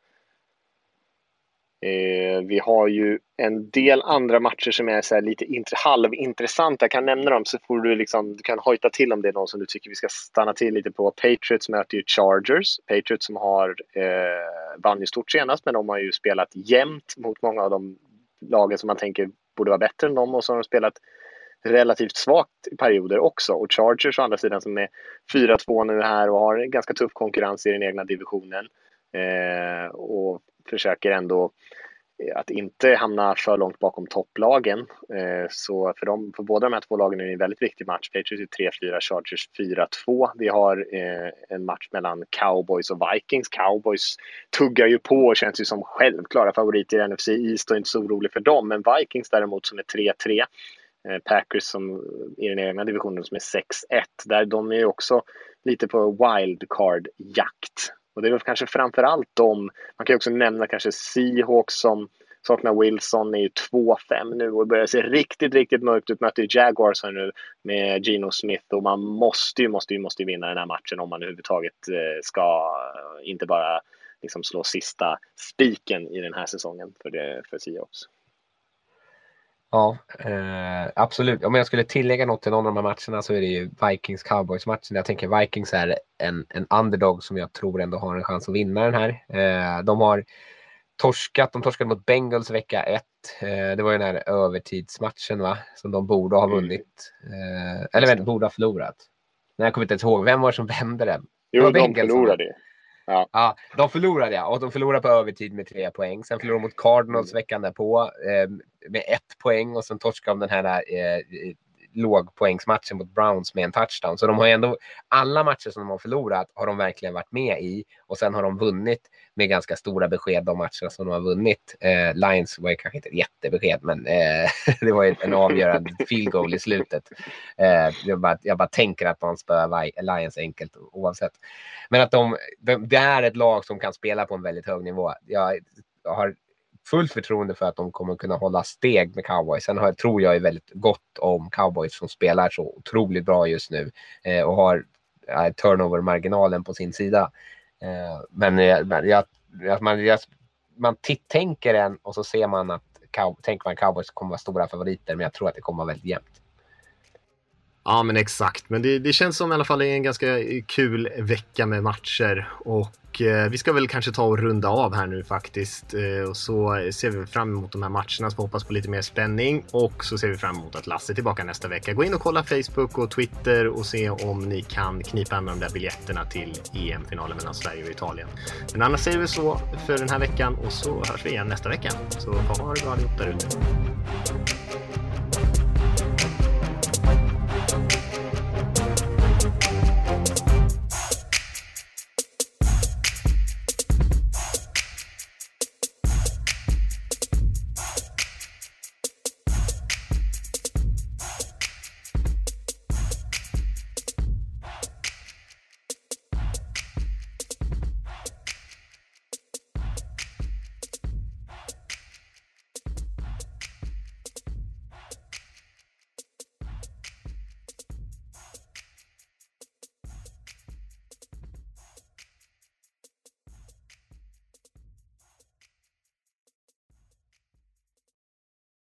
Speaker 5: Eh, vi har ju en del andra matcher som är så här lite int- halvintressanta. Jag kan nämna dem så får du liksom, du kan hojta till om det är någon som du tycker vi ska stanna till lite på. Patriots möter ju Chargers. Patriots som har eh, vann ju stort senast, men de har ju spelat jämnt mot många av de lagen som man tänker borde vara bättre än dem, och så har de spelat relativt svagt i perioder också. Och Chargers å andra sidan som är fyra två nu här och har en ganska tuff konkurrens i den egna divisionen eh, och försöker ändå att inte hamna för långt bakom topplagen. Eh, så för, dem, för båda de här två lagen är det en väldigt viktig match. Patriots är tre fyra, Chargers fyra två. Vi har eh, en match mellan Cowboys och Vikings. Cowboys tuggar ju på och känns ju som självklara favoriter i N F C East och inte så orolig för dem. Men Vikings däremot som är tre tre. Packers som i den egna divisionen som är sex ett. Där de är också lite på wildcard-jakt. Och det är väl kanske framförallt de, man kan ju också nämna kanske Seahawks som saknar Wilson, är ju två fem nu och börjar se riktigt, riktigt mörkt ut. Möter Jaguars här nu med Geno Smith och man måste ju, måste ju, måste ju vinna den här matchen om man överhuvudtaget ska inte bara liksom slå sista spiken i den här säsongen för, det, för Seahawks.
Speaker 6: Ja, eh, absolut. Om jag skulle tillägga något till någon av de här matcherna så är det ju Vikings-Cowboys-matchen. Jag tänker Vikings är en, en underdog som jag tror ändå har en chans att vinna den här. Eh, de har torskat, de torskade mot Bengals vecka ett. Eh, det var ju den här övertidsmatchen va? Som de borde ha vunnit. Eh, eller vänta, borde ha förlorat. Nej, jag kommer inte ihåg. Vem var det som vände den?
Speaker 5: Jo, de Bengals, förlorade.
Speaker 6: Ja. ja, de förlorade ja. Och de förlorade på övertid med tre poäng. Sen förlorade de mot Cardinals mm. veckan därpå eh, med ett poäng. Och sen torskade de den här eh, lågpoängsmatchen mot Browns med en touchdown. Så de har ju ändå, alla matcher som de har förlorat har de verkligen varit med i. Och sen har de vunnit med ganska stora besked de matcherna som de har vunnit. Eh, Lions var ju kanske inte ett jättebesked, men eh, det var ju en avgörande field goal i slutet. Eh, jag, bara, jag bara tänker att man spöar Lions enkelt oavsett. Men att de, de, det är ett lag som kan spela på en väldigt hög nivå. Jag, jag har fullt förtroende för att de kommer kunna hålla steg med Cowboys. Sen har, tror jag är väldigt gott om Cowboys som spelar så otroligt bra just nu eh, och har eh, turnover-marginalen på sin sida. Eh, men eh, jag, jag, man, jag, man t- tänker en och så ser man att cow- tänker man Cowboys kommer vara stora favoriter, men jag tror att det kommer vara väldigt jämnt.
Speaker 7: Ja, men exakt. Men det, det känns som i alla fall en ganska kul vecka med matcher. Och eh, vi ska väl kanske ta och runda av här nu faktiskt. Eh, och så ser vi fram emot de här matcherna, så hoppas på lite mer spänning. Och så ser vi fram emot att Lasse är tillbaka nästa vecka. Gå in och kolla Facebook och Twitter och se om ni kan knipa med de där biljetterna till E M-finalen mellan Sverige och Italien. Men annars säger vi så för den här veckan, och så hörs vi igen nästa vecka. Så ha det bra allihop där ute.